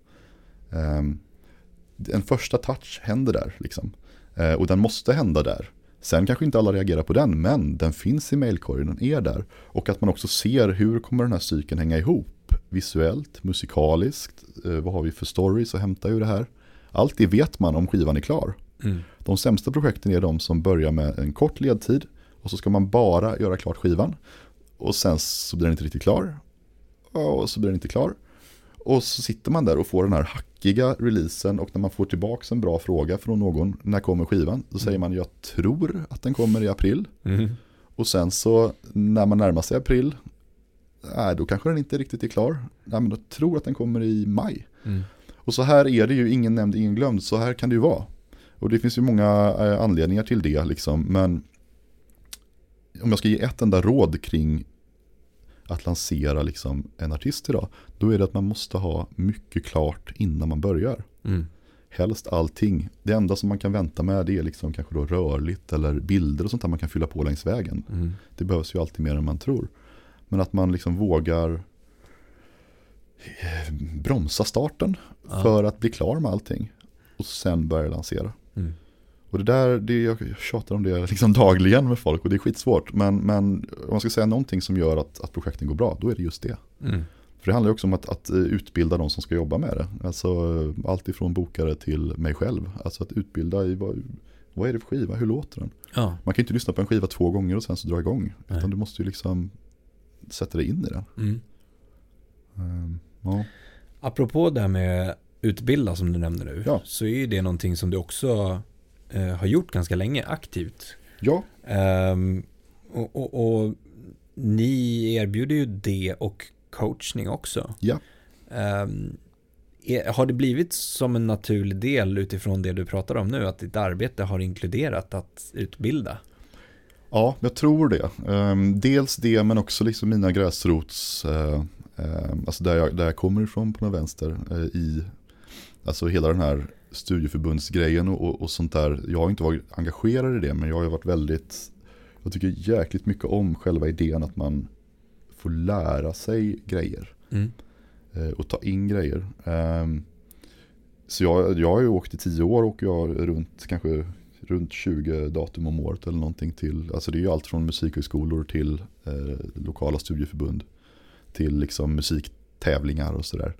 En första touch händer där liksom. Och den måste hända där. Sen kanske inte alla reagerar på den, men den finns i mailkorgen, den är där. Och att man också ser hur kommer den här cykeln hänga ihop. Visuellt, musikaliskt, vad har vi för stories att hämta ur det här. Allt det vet man om skivan är klar. De sämsta projekten är de som börjar med en kort ledtid och så ska man bara göra klart skivan. Och sen så blir den inte riktigt klar. Och så blir den inte klar. Och så sitter man där och får den här hackiga releasen, och när man får tillbaka en bra fråga från någon, när kommer skivan? Då säger man, jag tror att den kommer i april. Och sen så när man närmar sig april, då kanske den inte riktigt är klar. Nej, men jag tror att den kommer i maj. Och så här är det ju, ingen nämnd, ingen glömd. Så här kan det ju vara. Och det finns ju många anledningar till det liksom. Men om jag ska ge ett enda råd kring att lansera liksom en artist idag, då är det att man måste ha mycket klart innan man börjar. Helst allting. Det enda som man kan vänta med, det är liksom kanske då rörligt eller bilder och sånt där man kan fylla på längs vägen. Det behövs ju alltid mer än man tror. Men att man liksom vågar bromsa starten för att bli klar med allting och sen börja lansera. Och jag tjatar om det liksom dagligen med folk, och det är skitsvårt. Men om man ska säga någonting som gör att projekten går bra, då är det just det. För det handlar ju också om att utbilda de som ska jobba med det. Alltså allt ifrån bokare till mig själv. Alltså att utbilda i vad är det för skiva, hur låter den? Man kan inte lyssna på en skiva 2 gånger och sen så dra igång. Utan du måste ju liksom sätta dig in i den. Apropå det här med utbilda som du nämnde nu, så är ju det någonting som du också har gjort ganska länge aktivt. Ja. Och ni erbjuder ju det och coachning också. Ja. Har det blivit som en naturlig del utifrån det du pratar om nu, att ditt arbete har inkluderat att utbilda? Ja, jag tror det. Dels det, men också liksom mina gräsrots, alltså där jag kommer ifrån på den vänster, alltså hela den här studieförbundsgrejen och sånt där. Jag har inte varit engagerad i det, men jag har varit jag tycker jäkligt mycket om själva idén att man får lära sig grejer och ta in grejer. Så jag har ju åkt i 10 år och jag runt 20 datum om året eller någonting till. Alltså det är ju allt från musikhögskolor till lokala studieförbund till liksom musiktävlingar och sådär.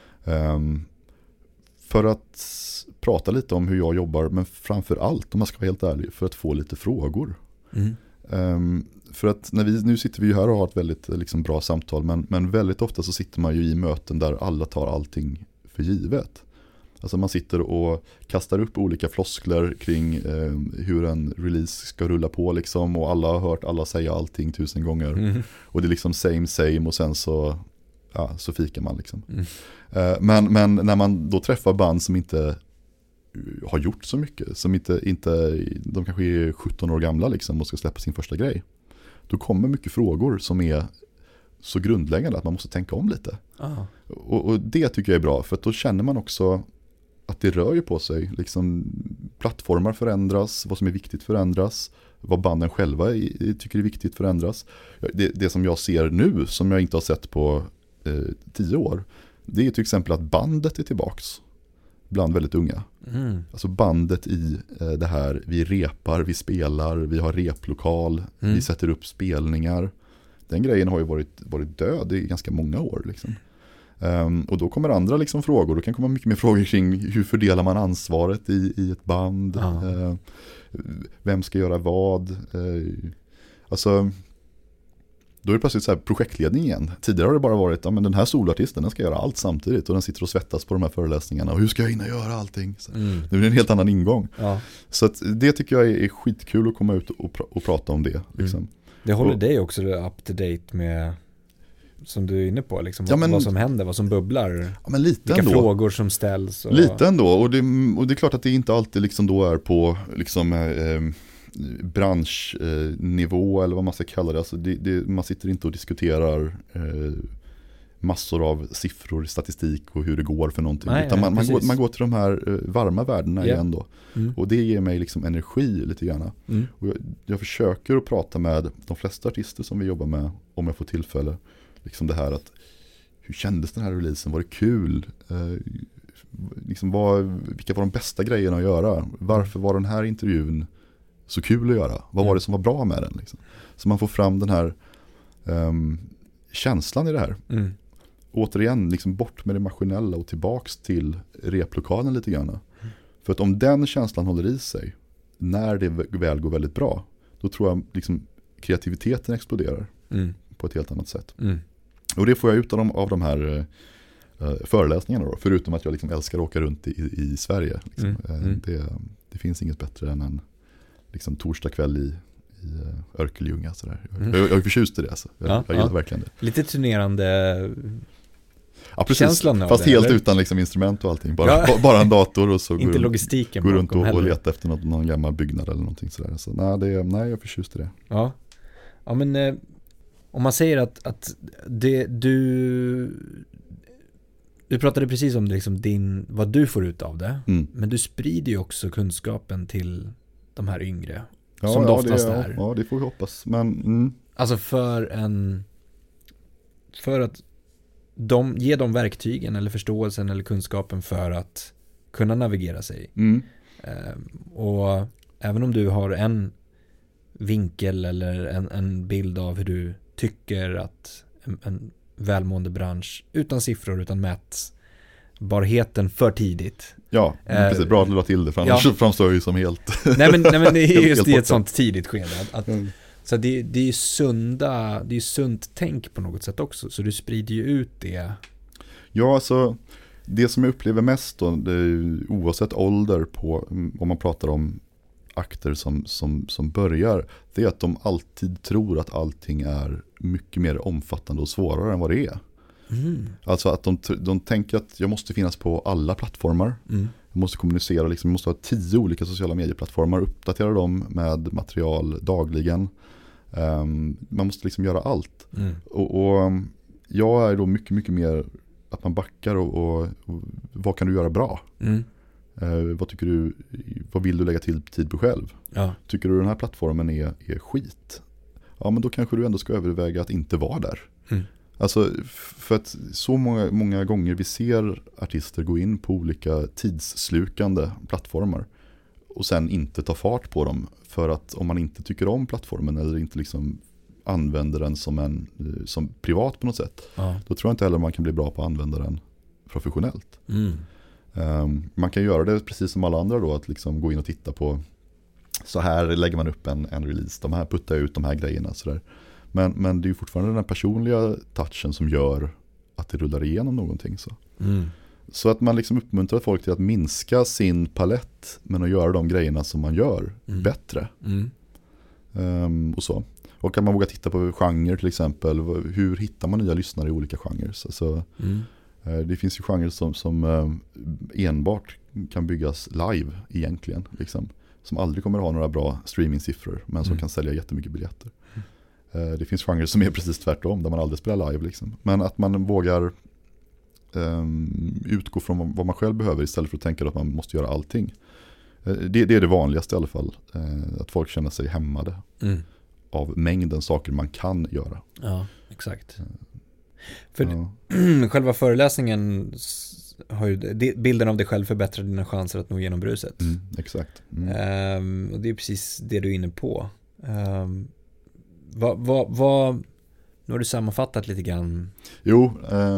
För att prata lite om hur jag jobbar, men framför allt, om man ska vara helt ärlig, för att få lite frågor. För att nu sitter vi ju här och har ett väldigt liksom bra samtal, men väldigt ofta så sitter man ju i möten där alla tar allting för givet. Alltså man sitter och kastar upp olika floskler kring hur en release ska rulla på liksom, och alla har hört alla säga allting 1000 gånger. Och det är liksom same och sen så fikar man liksom. Men när man då träffar band som inte har gjort så mycket, som inte de kanske är 17 år gamla liksom och ska släppa sin första grej, då kommer mycket frågor som är så grundläggande att man måste tänka om lite. Och det tycker jag är bra, för att då känner man också att det rör ju på sig. Liksom, plattformar förändras, vad som är viktigt förändras, vad banden själva tycker är viktigt förändras. Det som jag ser nu, som jag inte har sett på 10 år, det är till exempel att bandet är tillbaks bland väldigt unga. Alltså bandet i det här, vi repar, vi spelar, vi har replokal, vi sätter upp spelningar. Den grejen har ju varit död i ganska många år liksom. Och då kommer andra liksom frågor. Då kan komma mycket mer frågor kring hur fördelar man ansvaret i ett band. Vem ska göra vad? Alltså, då är det plötsligt så här projektledning igen. Tidigare har det bara varit, men den här solartisten, den ska göra allt samtidigt. Och den sitter och svettas på de här föreläsningarna. Och hur ska jag hinna göra allting? Så, nu är det en helt annan ingång. Så att det tycker jag är skitkul att komma ut och prata om det. Liksom. Det håller dig också up to date med, som du är inne på, liksom, vad som händer, vad som bubblar, lite vilka ändå. Frågor som ställs. Lite ändå, och det är klart att det inte alltid liksom då är på liksom, branschnivå eller vad man ska kalla det. Alltså man sitter inte och diskuterar massor av siffror, statistik och hur det går för någonting. Nej, utan man går till de här varma värdena igen då. Och det ger mig liksom energi lite grann. Och jag försöker att prata med de flesta artister som vi jobbar med om jag får tillfälle. Liksom det här att hur kändes den här releasen? Var det kul? Liksom vilka var de bästa grejerna att göra? Varför var den här intervjun så kul att göra? Vad var det som var bra med den? Liksom? Så man får fram den här känslan i det här. Återigen, liksom bort med det maskinella och tillbaks till replokalen lite grann. För att om den känslan håller i sig, när det väl går väldigt bra, då tror jag liksom kreativiteten exploderar på ett helt annat sätt. Och det får jag ut av de här föreläsningarna då, förutom att jag liksom älskar att åka runt i Sverige. Liksom. Det finns inget bättre än en liksom, torsdag kväll i Örkelljunga. Jag är förtjust i det. Alltså. Jag gillar verkligen det. Lite turnerande känslan av fast det, helt eller? Utan liksom instrument och allting. Bara en dator och så inte logistiken går runt och leta efter någon gammal byggnad eller någonting sådär. Så nej, jag är förtjust i det. Ja men om man säger att du pratade precis om liksom vad du får ut av det, men du sprider ju också kunskapen till de här yngre som det oftast är. Ja, det får vi hoppas. Men, Alltså för att ge dem verktygen eller förståelsen eller kunskapen för att kunna navigera sig. Och även om du har en vinkel eller en bild av hur du tycker att en välmående bransch utan siffror, utan mätbarheten för tidigt. Ja, precis. Bra att du la till det, för annars framstår jag ju som helt... nej men det är just i ett sånt tidigt skede. Så det är ju det är sunt tänk på något sätt också. Så du sprider ju ut det. Ja, alltså det som jag upplever mest då, det är, oavsett ålder på, om man pratar om akter som börjar, det är att de alltid tror att allting är mycket mer omfattande och svårare än vad det är. Alltså att de tänker att jag måste finnas på alla plattformar. Jag måste kommunicera, liksom, jag måste ha 10 olika sociala medieplattformar, uppdatera dem med material dagligen. Man måste liksom göra allt. Och jag är då mycket, mycket mer att man backar och vad kan du göra bra? Vad tycker du, vad vill du lägga till tid på själv? Ja. Tycker du den här plattformen är skit? Ja, men då kanske du ändå ska överväga att inte vara där. Alltså, för att så många gånger vi ser artister gå in på olika tidsslukande plattformar och sen inte ta fart på dem, för att om man inte tycker om plattformen eller inte liksom använder den som privat på något sätt, då tror jag inte heller man kan bli bra på att använda den professionellt. Man kan göra det precis som alla andra då, att liksom gå in och titta på, så här lägger man upp en release, de här puttar ut de här grejerna sådär. Men det är ju fortfarande den personliga touchen som gör att det rullar igenom någonting. Så att man liksom uppmuntrar folk till att minska sin palett, men att göra de grejerna som man gör bättre. Och så. Och kan man våga titta på genre till exempel. Hur hittar man nya lyssnare i olika genrer? Alltså, det finns ju genrer som enbart kan byggas live egentligen. Liksom, som aldrig kommer att ha några bra streamingsiffror, men som kan sälja jättemycket biljetter. Det finns genrer som är precis tvärtom, där man aldrig spelar live. Liksom. Men att man vågar utgå från vad man själv behöver istället för att tänka att man måste göra allting. Det är det vanligaste i alla fall. Att folk känner sig hämmade av mängden saker man kan göra. Ja, exakt. För själva föreläsningen har ju bilden av dig själv förbättrar dina chanser att nå igenom bruset. Exakt. Och det är precis det du är inne på. Nu har du sammanfattat lite grann. Jo.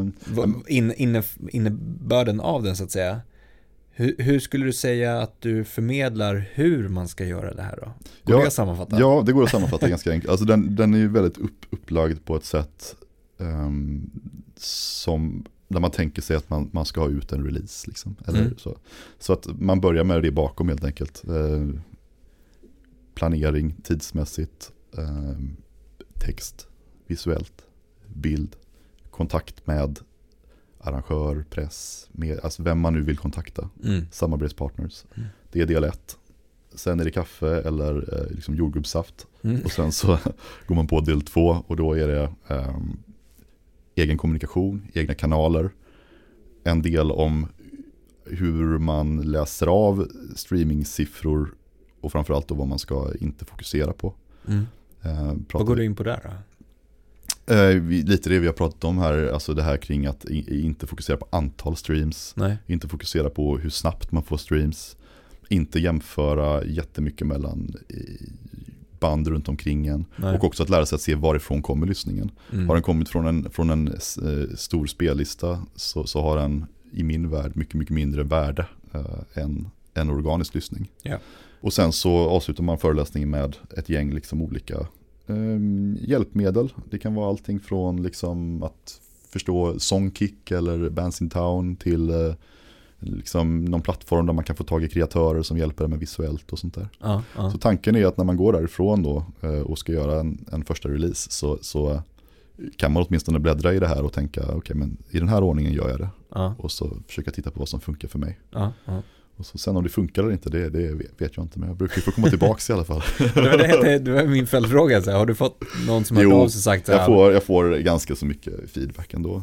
Innebörden av den så att säga. Hur skulle du säga att du förmedlar hur man ska göra det här då? Går det att sammanfatta? Ja, det går att sammanfatta ganska enkelt. Alltså den är ju väldigt upplagd på ett sätt som där man tänker sig att man ska ha ut en release. Liksom, eller så att man börjar med det bakom helt enkelt. Planering, tidsmässigt, text, visuellt, bild, kontakt med arrangör, press, med, alltså vem man nu vill kontakta, samarbetspartners. Det är del 1. sen är det kaffe eller liksom jordgubbssaft. Och sen så går man på del 2 och då är det egen kommunikation, egna kanaler. En del om hur man läser av streamingsiffror och framförallt då vad man ska inte fokusera på. Vad går du in på där då? Lite det vi har pratat om här, alltså det här kring att inte fokusera på antal streams. Nej. Inte fokusera på hur snabbt man får streams. Inte jämföra jättemycket mellan band runt omkring en. Nej. Och också att lära sig att se varifrån kommer lyssningen. Har den kommit från en stor spellista så har den i min värld mycket, mycket mindre värde än en organisk lyssning. Yeah. Och sen så avslutar man föreläsningen med ett gäng liksom olika hjälpmedel. Det kan vara allting från liksom att förstå Songkick eller Bands in Town till liksom någon plattform där man kan få tag i kreatörer som hjälper med visuellt och sånt där. Så tanken är att när man går därifrån då och ska göra en första release så kan man åtminstone bläddra i det här och tänka okej, men i den här ordningen gör jag det. Och så försöka titta på vad som funkar för mig. Och så sen om det funkar eller inte, det vet jag inte, men jag brukar få komma tillbaka i alla fall. Det var min följdfråga. Har du fått någon som har av sig sagt så här? Jag får ganska så mycket feedback ändå.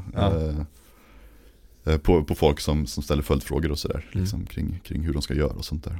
På folk som ställer följdfrågor och sådär. Liksom, kring hur de ska göra och sånt där.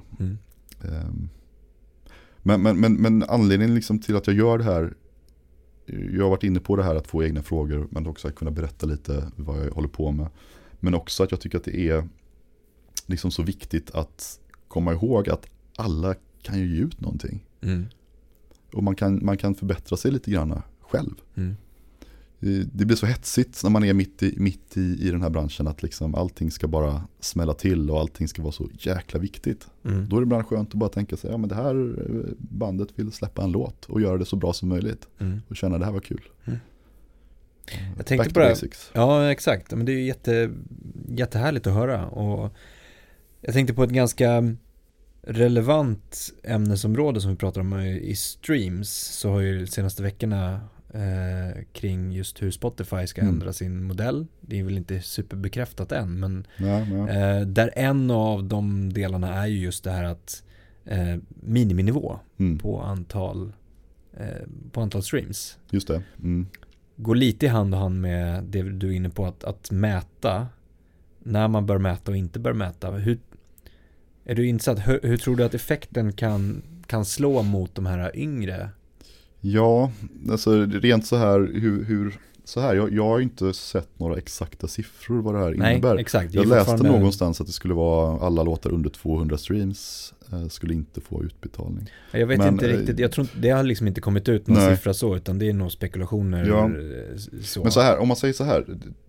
Men anledningen liksom till att jag gör det här, jag har varit inne på det här att få egna frågor, men också att kunna berätta lite vad jag håller på med. Men också att jag tycker att det är liksom så viktigt att komma ihåg att alla kan ju ge ut någonting. Och man kan förbättra sig lite grann själv. Det blir så hetsigt när man är mitt i den här branschen att liksom allting ska bara smälla till och allting ska vara så jäkla viktigt. Då är det ibland skönt att bara tänka sig, ja men det här bandet vill släppa en låt och göra det så bra som möjligt och känna det här var kul. Jag tänkte på det. Ja, exakt. Men det är ju jättehärligt att höra. Och jag tänkte på ett ganska relevant ämnesområde som vi pratar om i streams, så har ju de senaste veckorna kring just hur Spotify ska ändra sin modell. Det är väl inte superbekräftat än, men där en av de delarna är ju just det här att miniminivå på antal streams. Just det. Går lite i hand och hand med det du är inne på, att mäta när man bör mäta och inte bör mäta. Är du insatt, hur tror du att effekten kan slå mot de här yngre? Ja, alltså rent så här, så här, jag har inte sett några exakta siffror vad det här innebär. Nej, exakt. Jag läste någonstans att det skulle vara alla låtar under 200 streams skulle inte få utbetalning. Jag vet inte riktigt, jag tror det har liksom inte kommit ut någon siffra så, utan det är nog spekulationer. Ja. Så. Men så här, om man säger så här,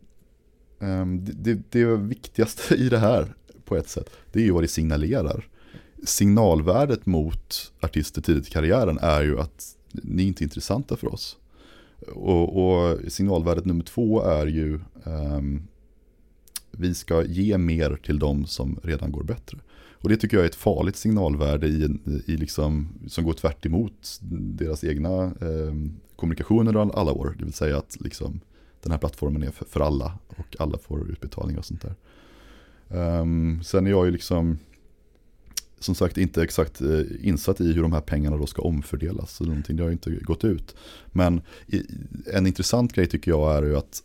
det viktigaste i det här på ett sätt, det är ju vad det signalerar. Signalvärdet mot artister tidigt i karriären är ju att ni är inte intressanta för oss. Och signalvärdet nummer 2 är ju vi ska ge mer till dem som redan går bättre. Och det tycker jag är ett farligt signalvärde i liksom, som går tvärt emot deras egna kommunikationer alla år. Det vill säga att liksom, den här plattformen är för alla och alla får utbetalning och sånt där. Sen är jag ju liksom som sagt inte exakt insatt i hur de här pengarna då ska omfördelas. Så någonting, det har ju inte gått ut. Men en intressant grej tycker jag är ju att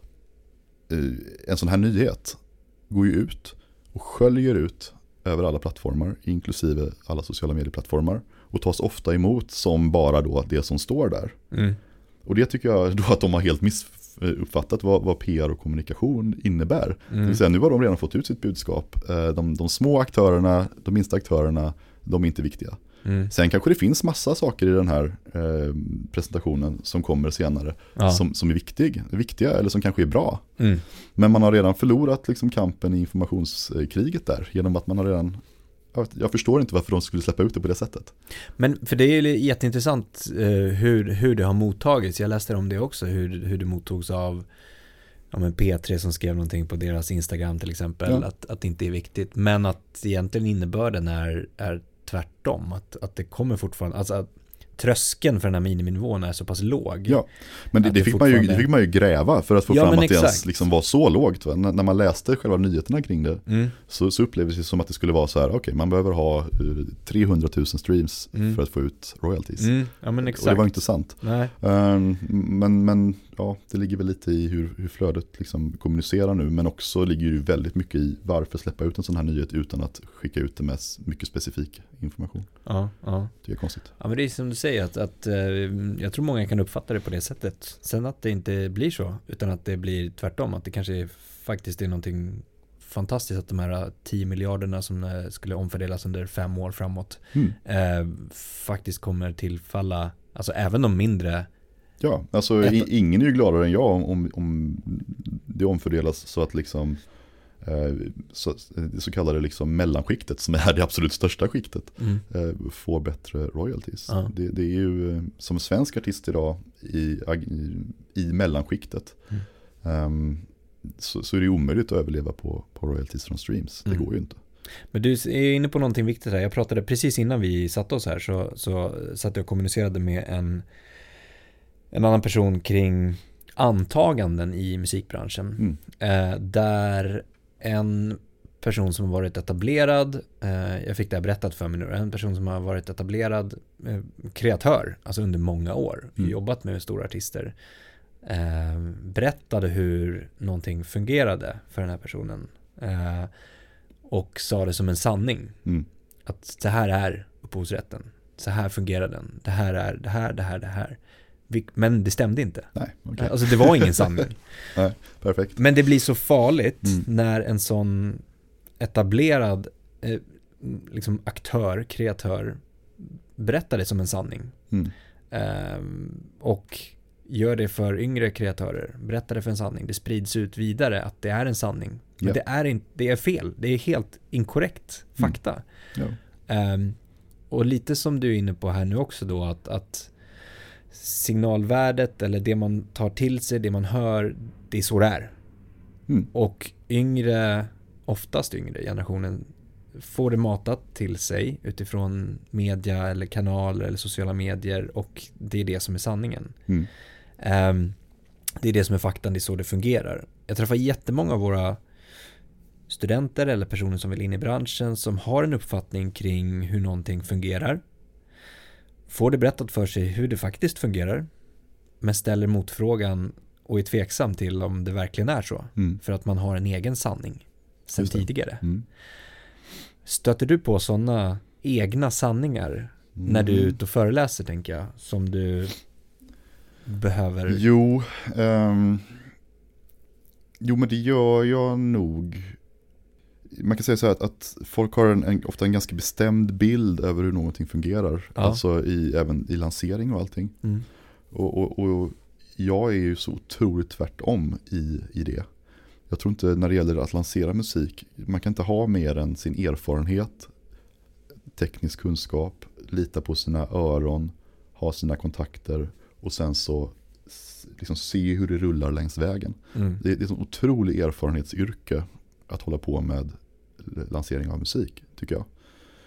en sån här nyhet går ju ut och sköljer ut över alla plattformar, inklusive alla sociala medieplattformar, och tas ofta emot som bara då det som står där. Och det tycker jag då att de har helt missuppfattat vad PR och kommunikation innebär. Det vill säga, nu har de redan fått ut sitt budskap. De små aktörerna, de minsta aktörerna, de är inte viktiga. Sen kanske det finns massa saker i den här presentationen som kommer senare som är viktiga eller som kanske är bra. Men man har redan förlorat liksom kampen i informationskriget där genom att man har redan... Jag förstår inte varför de skulle släppa ut det på det sättet. Men för det är ju jätteintressant hur det har mottagits. Jag läste om det också, hur det mottogs av P3 som skrev någonting på deras Instagram till exempel, att det inte är viktigt. Men att egentligen innebörden är tvärtom. Att det kommer fortfarande... Alltså att tröskeln för den här miniminivån är så pass låg. Ja, men det fick man ju gräva för att få fram att det ens liksom var så lågt. Va? När man läste själva nyheterna kring det så upplevdes det som att det skulle vara så här, okej, man behöver ha 300 000 streams för att få ut royalties. Ja, men exakt. Och det var inte sant. Nej. Men ja, det ligger väl lite i hur flödet liksom kommunicerar nu, men också ligger ju väldigt mycket i varför släppa ut en sån här nyhet utan att skicka ut det med mycket specifik information. Ja. Det är konstigt. Ja, men det är som du säger att jag tror många kan uppfatta det på det sättet. Sen att det inte blir så, utan att det blir tvärtom, att det kanske faktiskt är någonting fantastiskt att de här 10 miljarderna som skulle omfördelas under 5 år framåt faktiskt kommer tillfalla, alltså även de mindre. Ja, alltså ingen är ju gladare än jag om det omfördelas så att liksom så kallade liksom mellanskiktet, som är det absolut största skiktet, får bättre royalties. Det är ju som svensk artist idag i mellanskiktet så är det omöjligt att överleva på royalties från streams. Det går ju inte. Men du är inne på någonting viktigt här. Jag pratade precis innan vi satte oss här så satt jag och kommunicerade med en annan person kring antaganden i musikbranschen. Där en person som har varit etablerad, jag fick det här berättat för mig nu, en person som har varit etablerad kreatör, alltså under många år, jobbat med stora artister, berättade hur någonting fungerade för den här personen och sa det som en sanning. Att så här är upphovsrätten, så här fungerar den, det här är det här. Men det stämde inte. Nej, okay. Alltså det var ingen sanning. Nej, perfekt. Men det blir så farligt när en sån etablerad liksom aktör, kreatör berättar det som en sanning. Och gör det för yngre kreatörer. Berättar det för en sanning. Det sprids ut vidare att det är en sanning. Men det är fel. Det är helt inkorrekt fakta. Och lite som du är inne på här nu också då, att signalvärdet eller det man tar till sig, det man hör, det är så det är. Och oftast yngre generationen får det matat till sig utifrån media eller kanaler eller sociala medier, och det är det som är sanningen. Det är det som är faktan, det är så det fungerar. Jag träffar jättemånga av våra studenter eller personer som vill in i branschen som har en uppfattning kring hur någonting fungerar, får det berättat för sig hur det faktiskt fungerar, men ställer motfrågan och är tveksam till om det verkligen är så. För att man har en egen sanning sedan tidigare. Stöter du på sådana egna sanningar när du är ute och föreläser, tänker jag, som du behöver? Jo, men det gör jag nog. Man kan säga så här att folk har ofta en ganska bestämd bild över hur någonting fungerar. Alltså även i lansering och allting. Och jag är ju så otroligt tvärtom i det. Jag tror inte, när det gäller att lansera musik, man kan inte ha mer än sin erfarenhet, teknisk kunskap, lita på sina öron, ha sina kontakter och sen så liksom se hur det rullar längs vägen. Det är ett otroligt erfarenhetsyrke att hålla på med lansering av musik, tycker jag.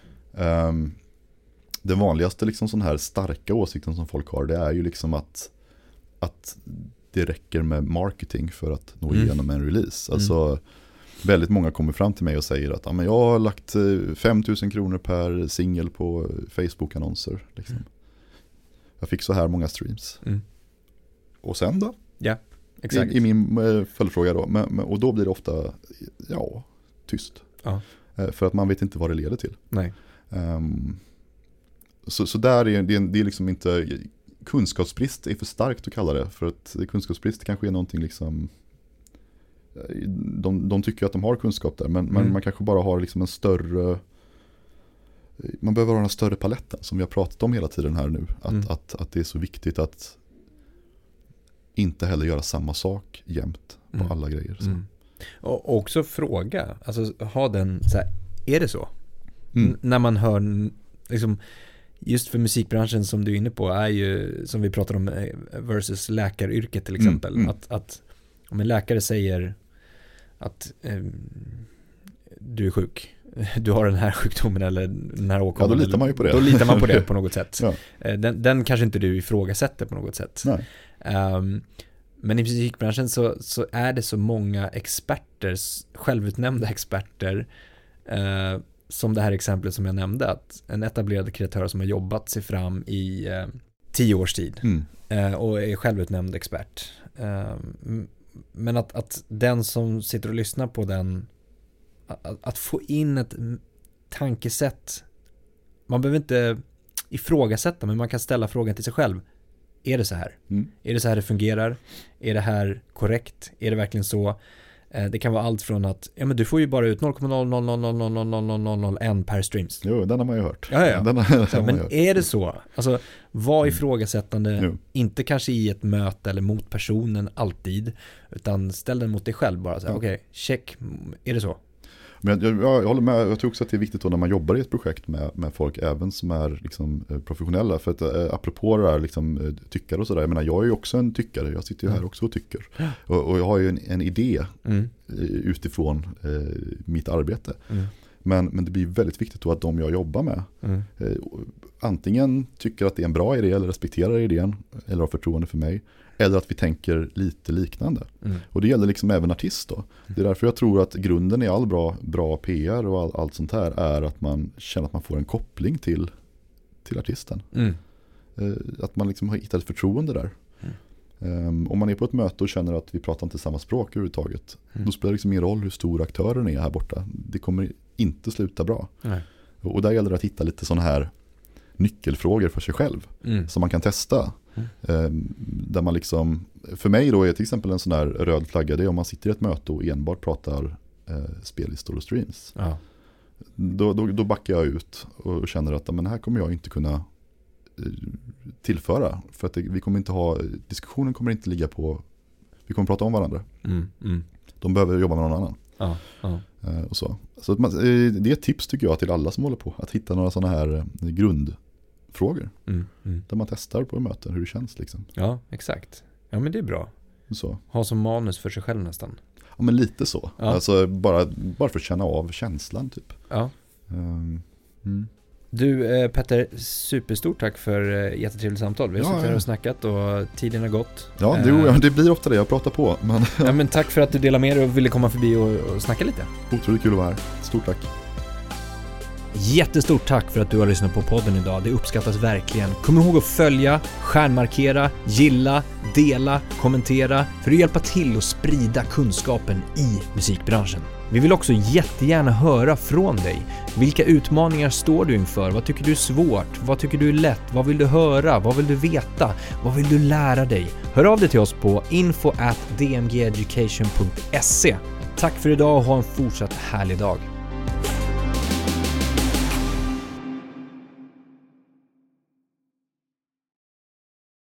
Den vanligaste liksom sån här starka åsikten som folk har, det är ju liksom att det räcker med marketing för att nå igenom en release. Alltså väldigt många kommer fram till mig och säger att men jag har lagt 5 000 kronor per singel på Facebook-annonser. Liksom. Jag fick så här många streams. Och sen då? Ja, exakt. I min följdfråga då. Och då blir det ofta tyst. För att man vet inte vad det leder till. Nej. Så där är det är liksom inte... Kunskapsbrist är för starkt att kalla det. För att kunskapsbrist kanske är någonting liksom... De tycker att de har kunskap där. Men man kanske bara har liksom en större... Man behöver ha en större paletten som vi har pratat om hela tiden här nu. Att det är så viktigt att inte heller göra samma sak jämt på alla grejer. Så. Och också fråga. Alltså ha den så här, är det så? När man hör liksom... Just för musikbranschen som du är inne på är ju, som vi pratar om versus läkaryrket till exempel, att om en läkare säger att du är sjuk, du har den här sjukdomen eller den här åkomman. Ja, då litar man ju på det. Då litar man på det på något sätt. Ja. Den kanske inte du ifrågasätter på något sätt. Nej. Men i musikbranschen så är det så många experter, självutnämnda experter, som det här exemplet som jag nämnde, att en etablerad kreatör som har jobbat sig fram i 10 års tid och är självutnämnd expert. Men att den som sitter och lyssnar på den, att få in ett tankesätt, man behöver inte ifrågasätta, men man kan ställa frågan till sig själv. Är det så här? Är det så här det fungerar? Är det här korrekt? Är det verkligen så? Det kan vara allt från att men du får ju bara ut 0,0000001 per streams. Jo, den har man ju hört. Ja. Den men är det så? Alltså, var ifrågasättande, inte kanske i ett möte eller mot personen alltid, utan ställ den mot dig själv bara. Okej, check. Är det så? Men jag håller med, jag tror också att det är viktigt då när man jobbar i ett projekt med folk även som är liksom professionella, för att apropå det här liksom, tyckare och sådär, jag menar jag är ju också en tyckare, jag sitter ju här också och tycker och jag har ju en idé utifrån mitt arbete, men det blir väldigt viktigt då att de jag jobbar med antingen tycker att det är en bra idé eller respekterar idén eller har förtroende för mig, eller att vi tänker lite liknande. Och det gäller liksom även artist då. Det är därför jag tror att grunden i all bra PR och allt sånt här är att man känner att man får en koppling till artisten. Att man liksom har hittat ett förtroende där. Om man är på ett möte och känner att vi pratar inte samma språk överhuvudtaget, då spelar det liksom ingen roll hur stor aktören är här borta. Det kommer inte sluta bra. Nej. Och där gäller det att hitta lite sådana här nyckelfrågor för sig själv som man kan testa. Där man liksom, för mig då är till exempel en sån här röd flagga, det är om man sitter i ett möte och enbart pratar spellistor och streams. Ja. Då backar jag ut och känner att men här kommer jag inte kunna tillföra, för att vi kommer inte ha, diskussionen kommer inte ligga på, vi kommer prata om varandra. De behöver jobba med någon annan. Och så att det är ett tips tycker jag till alla som håller på, att hitta några sådana här grundfrågor där man testar på möten hur det känns liksom. Ja, exakt. Ja, men det är bra. Så. Ha som manus för sig själv nästan. Ja, men lite så. Ja. Alltså bara för att känna av känslan typ. Ja. Du Petter, superstort tack för jättetrevligt samtal. Vi har suttit här och snackat och tiden har gått. Ja, det blir ofta det, jag pratar på. Men... ja, men tack för att du delade med dig och ville komma förbi och snacka lite. Otroligt kul att vara här. Stort tack. Jättestort tack för att du har lyssnat på podden idag. Det uppskattas verkligen. Kom ihåg att följa, stjärnmarkera, gilla, dela, kommentera för att hjälpa till att sprida kunskapen i musikbranschen. Vi vill också jättegärna höra från dig. Vilka utmaningar står du inför? Vad tycker du är svårt? Vad tycker du är lätt? Vad vill du höra? Vad vill du veta? Vad vill du lära dig? Hör av dig till oss på info@dmgeducation.se. Tack för idag och ha en fortsatt härlig dag.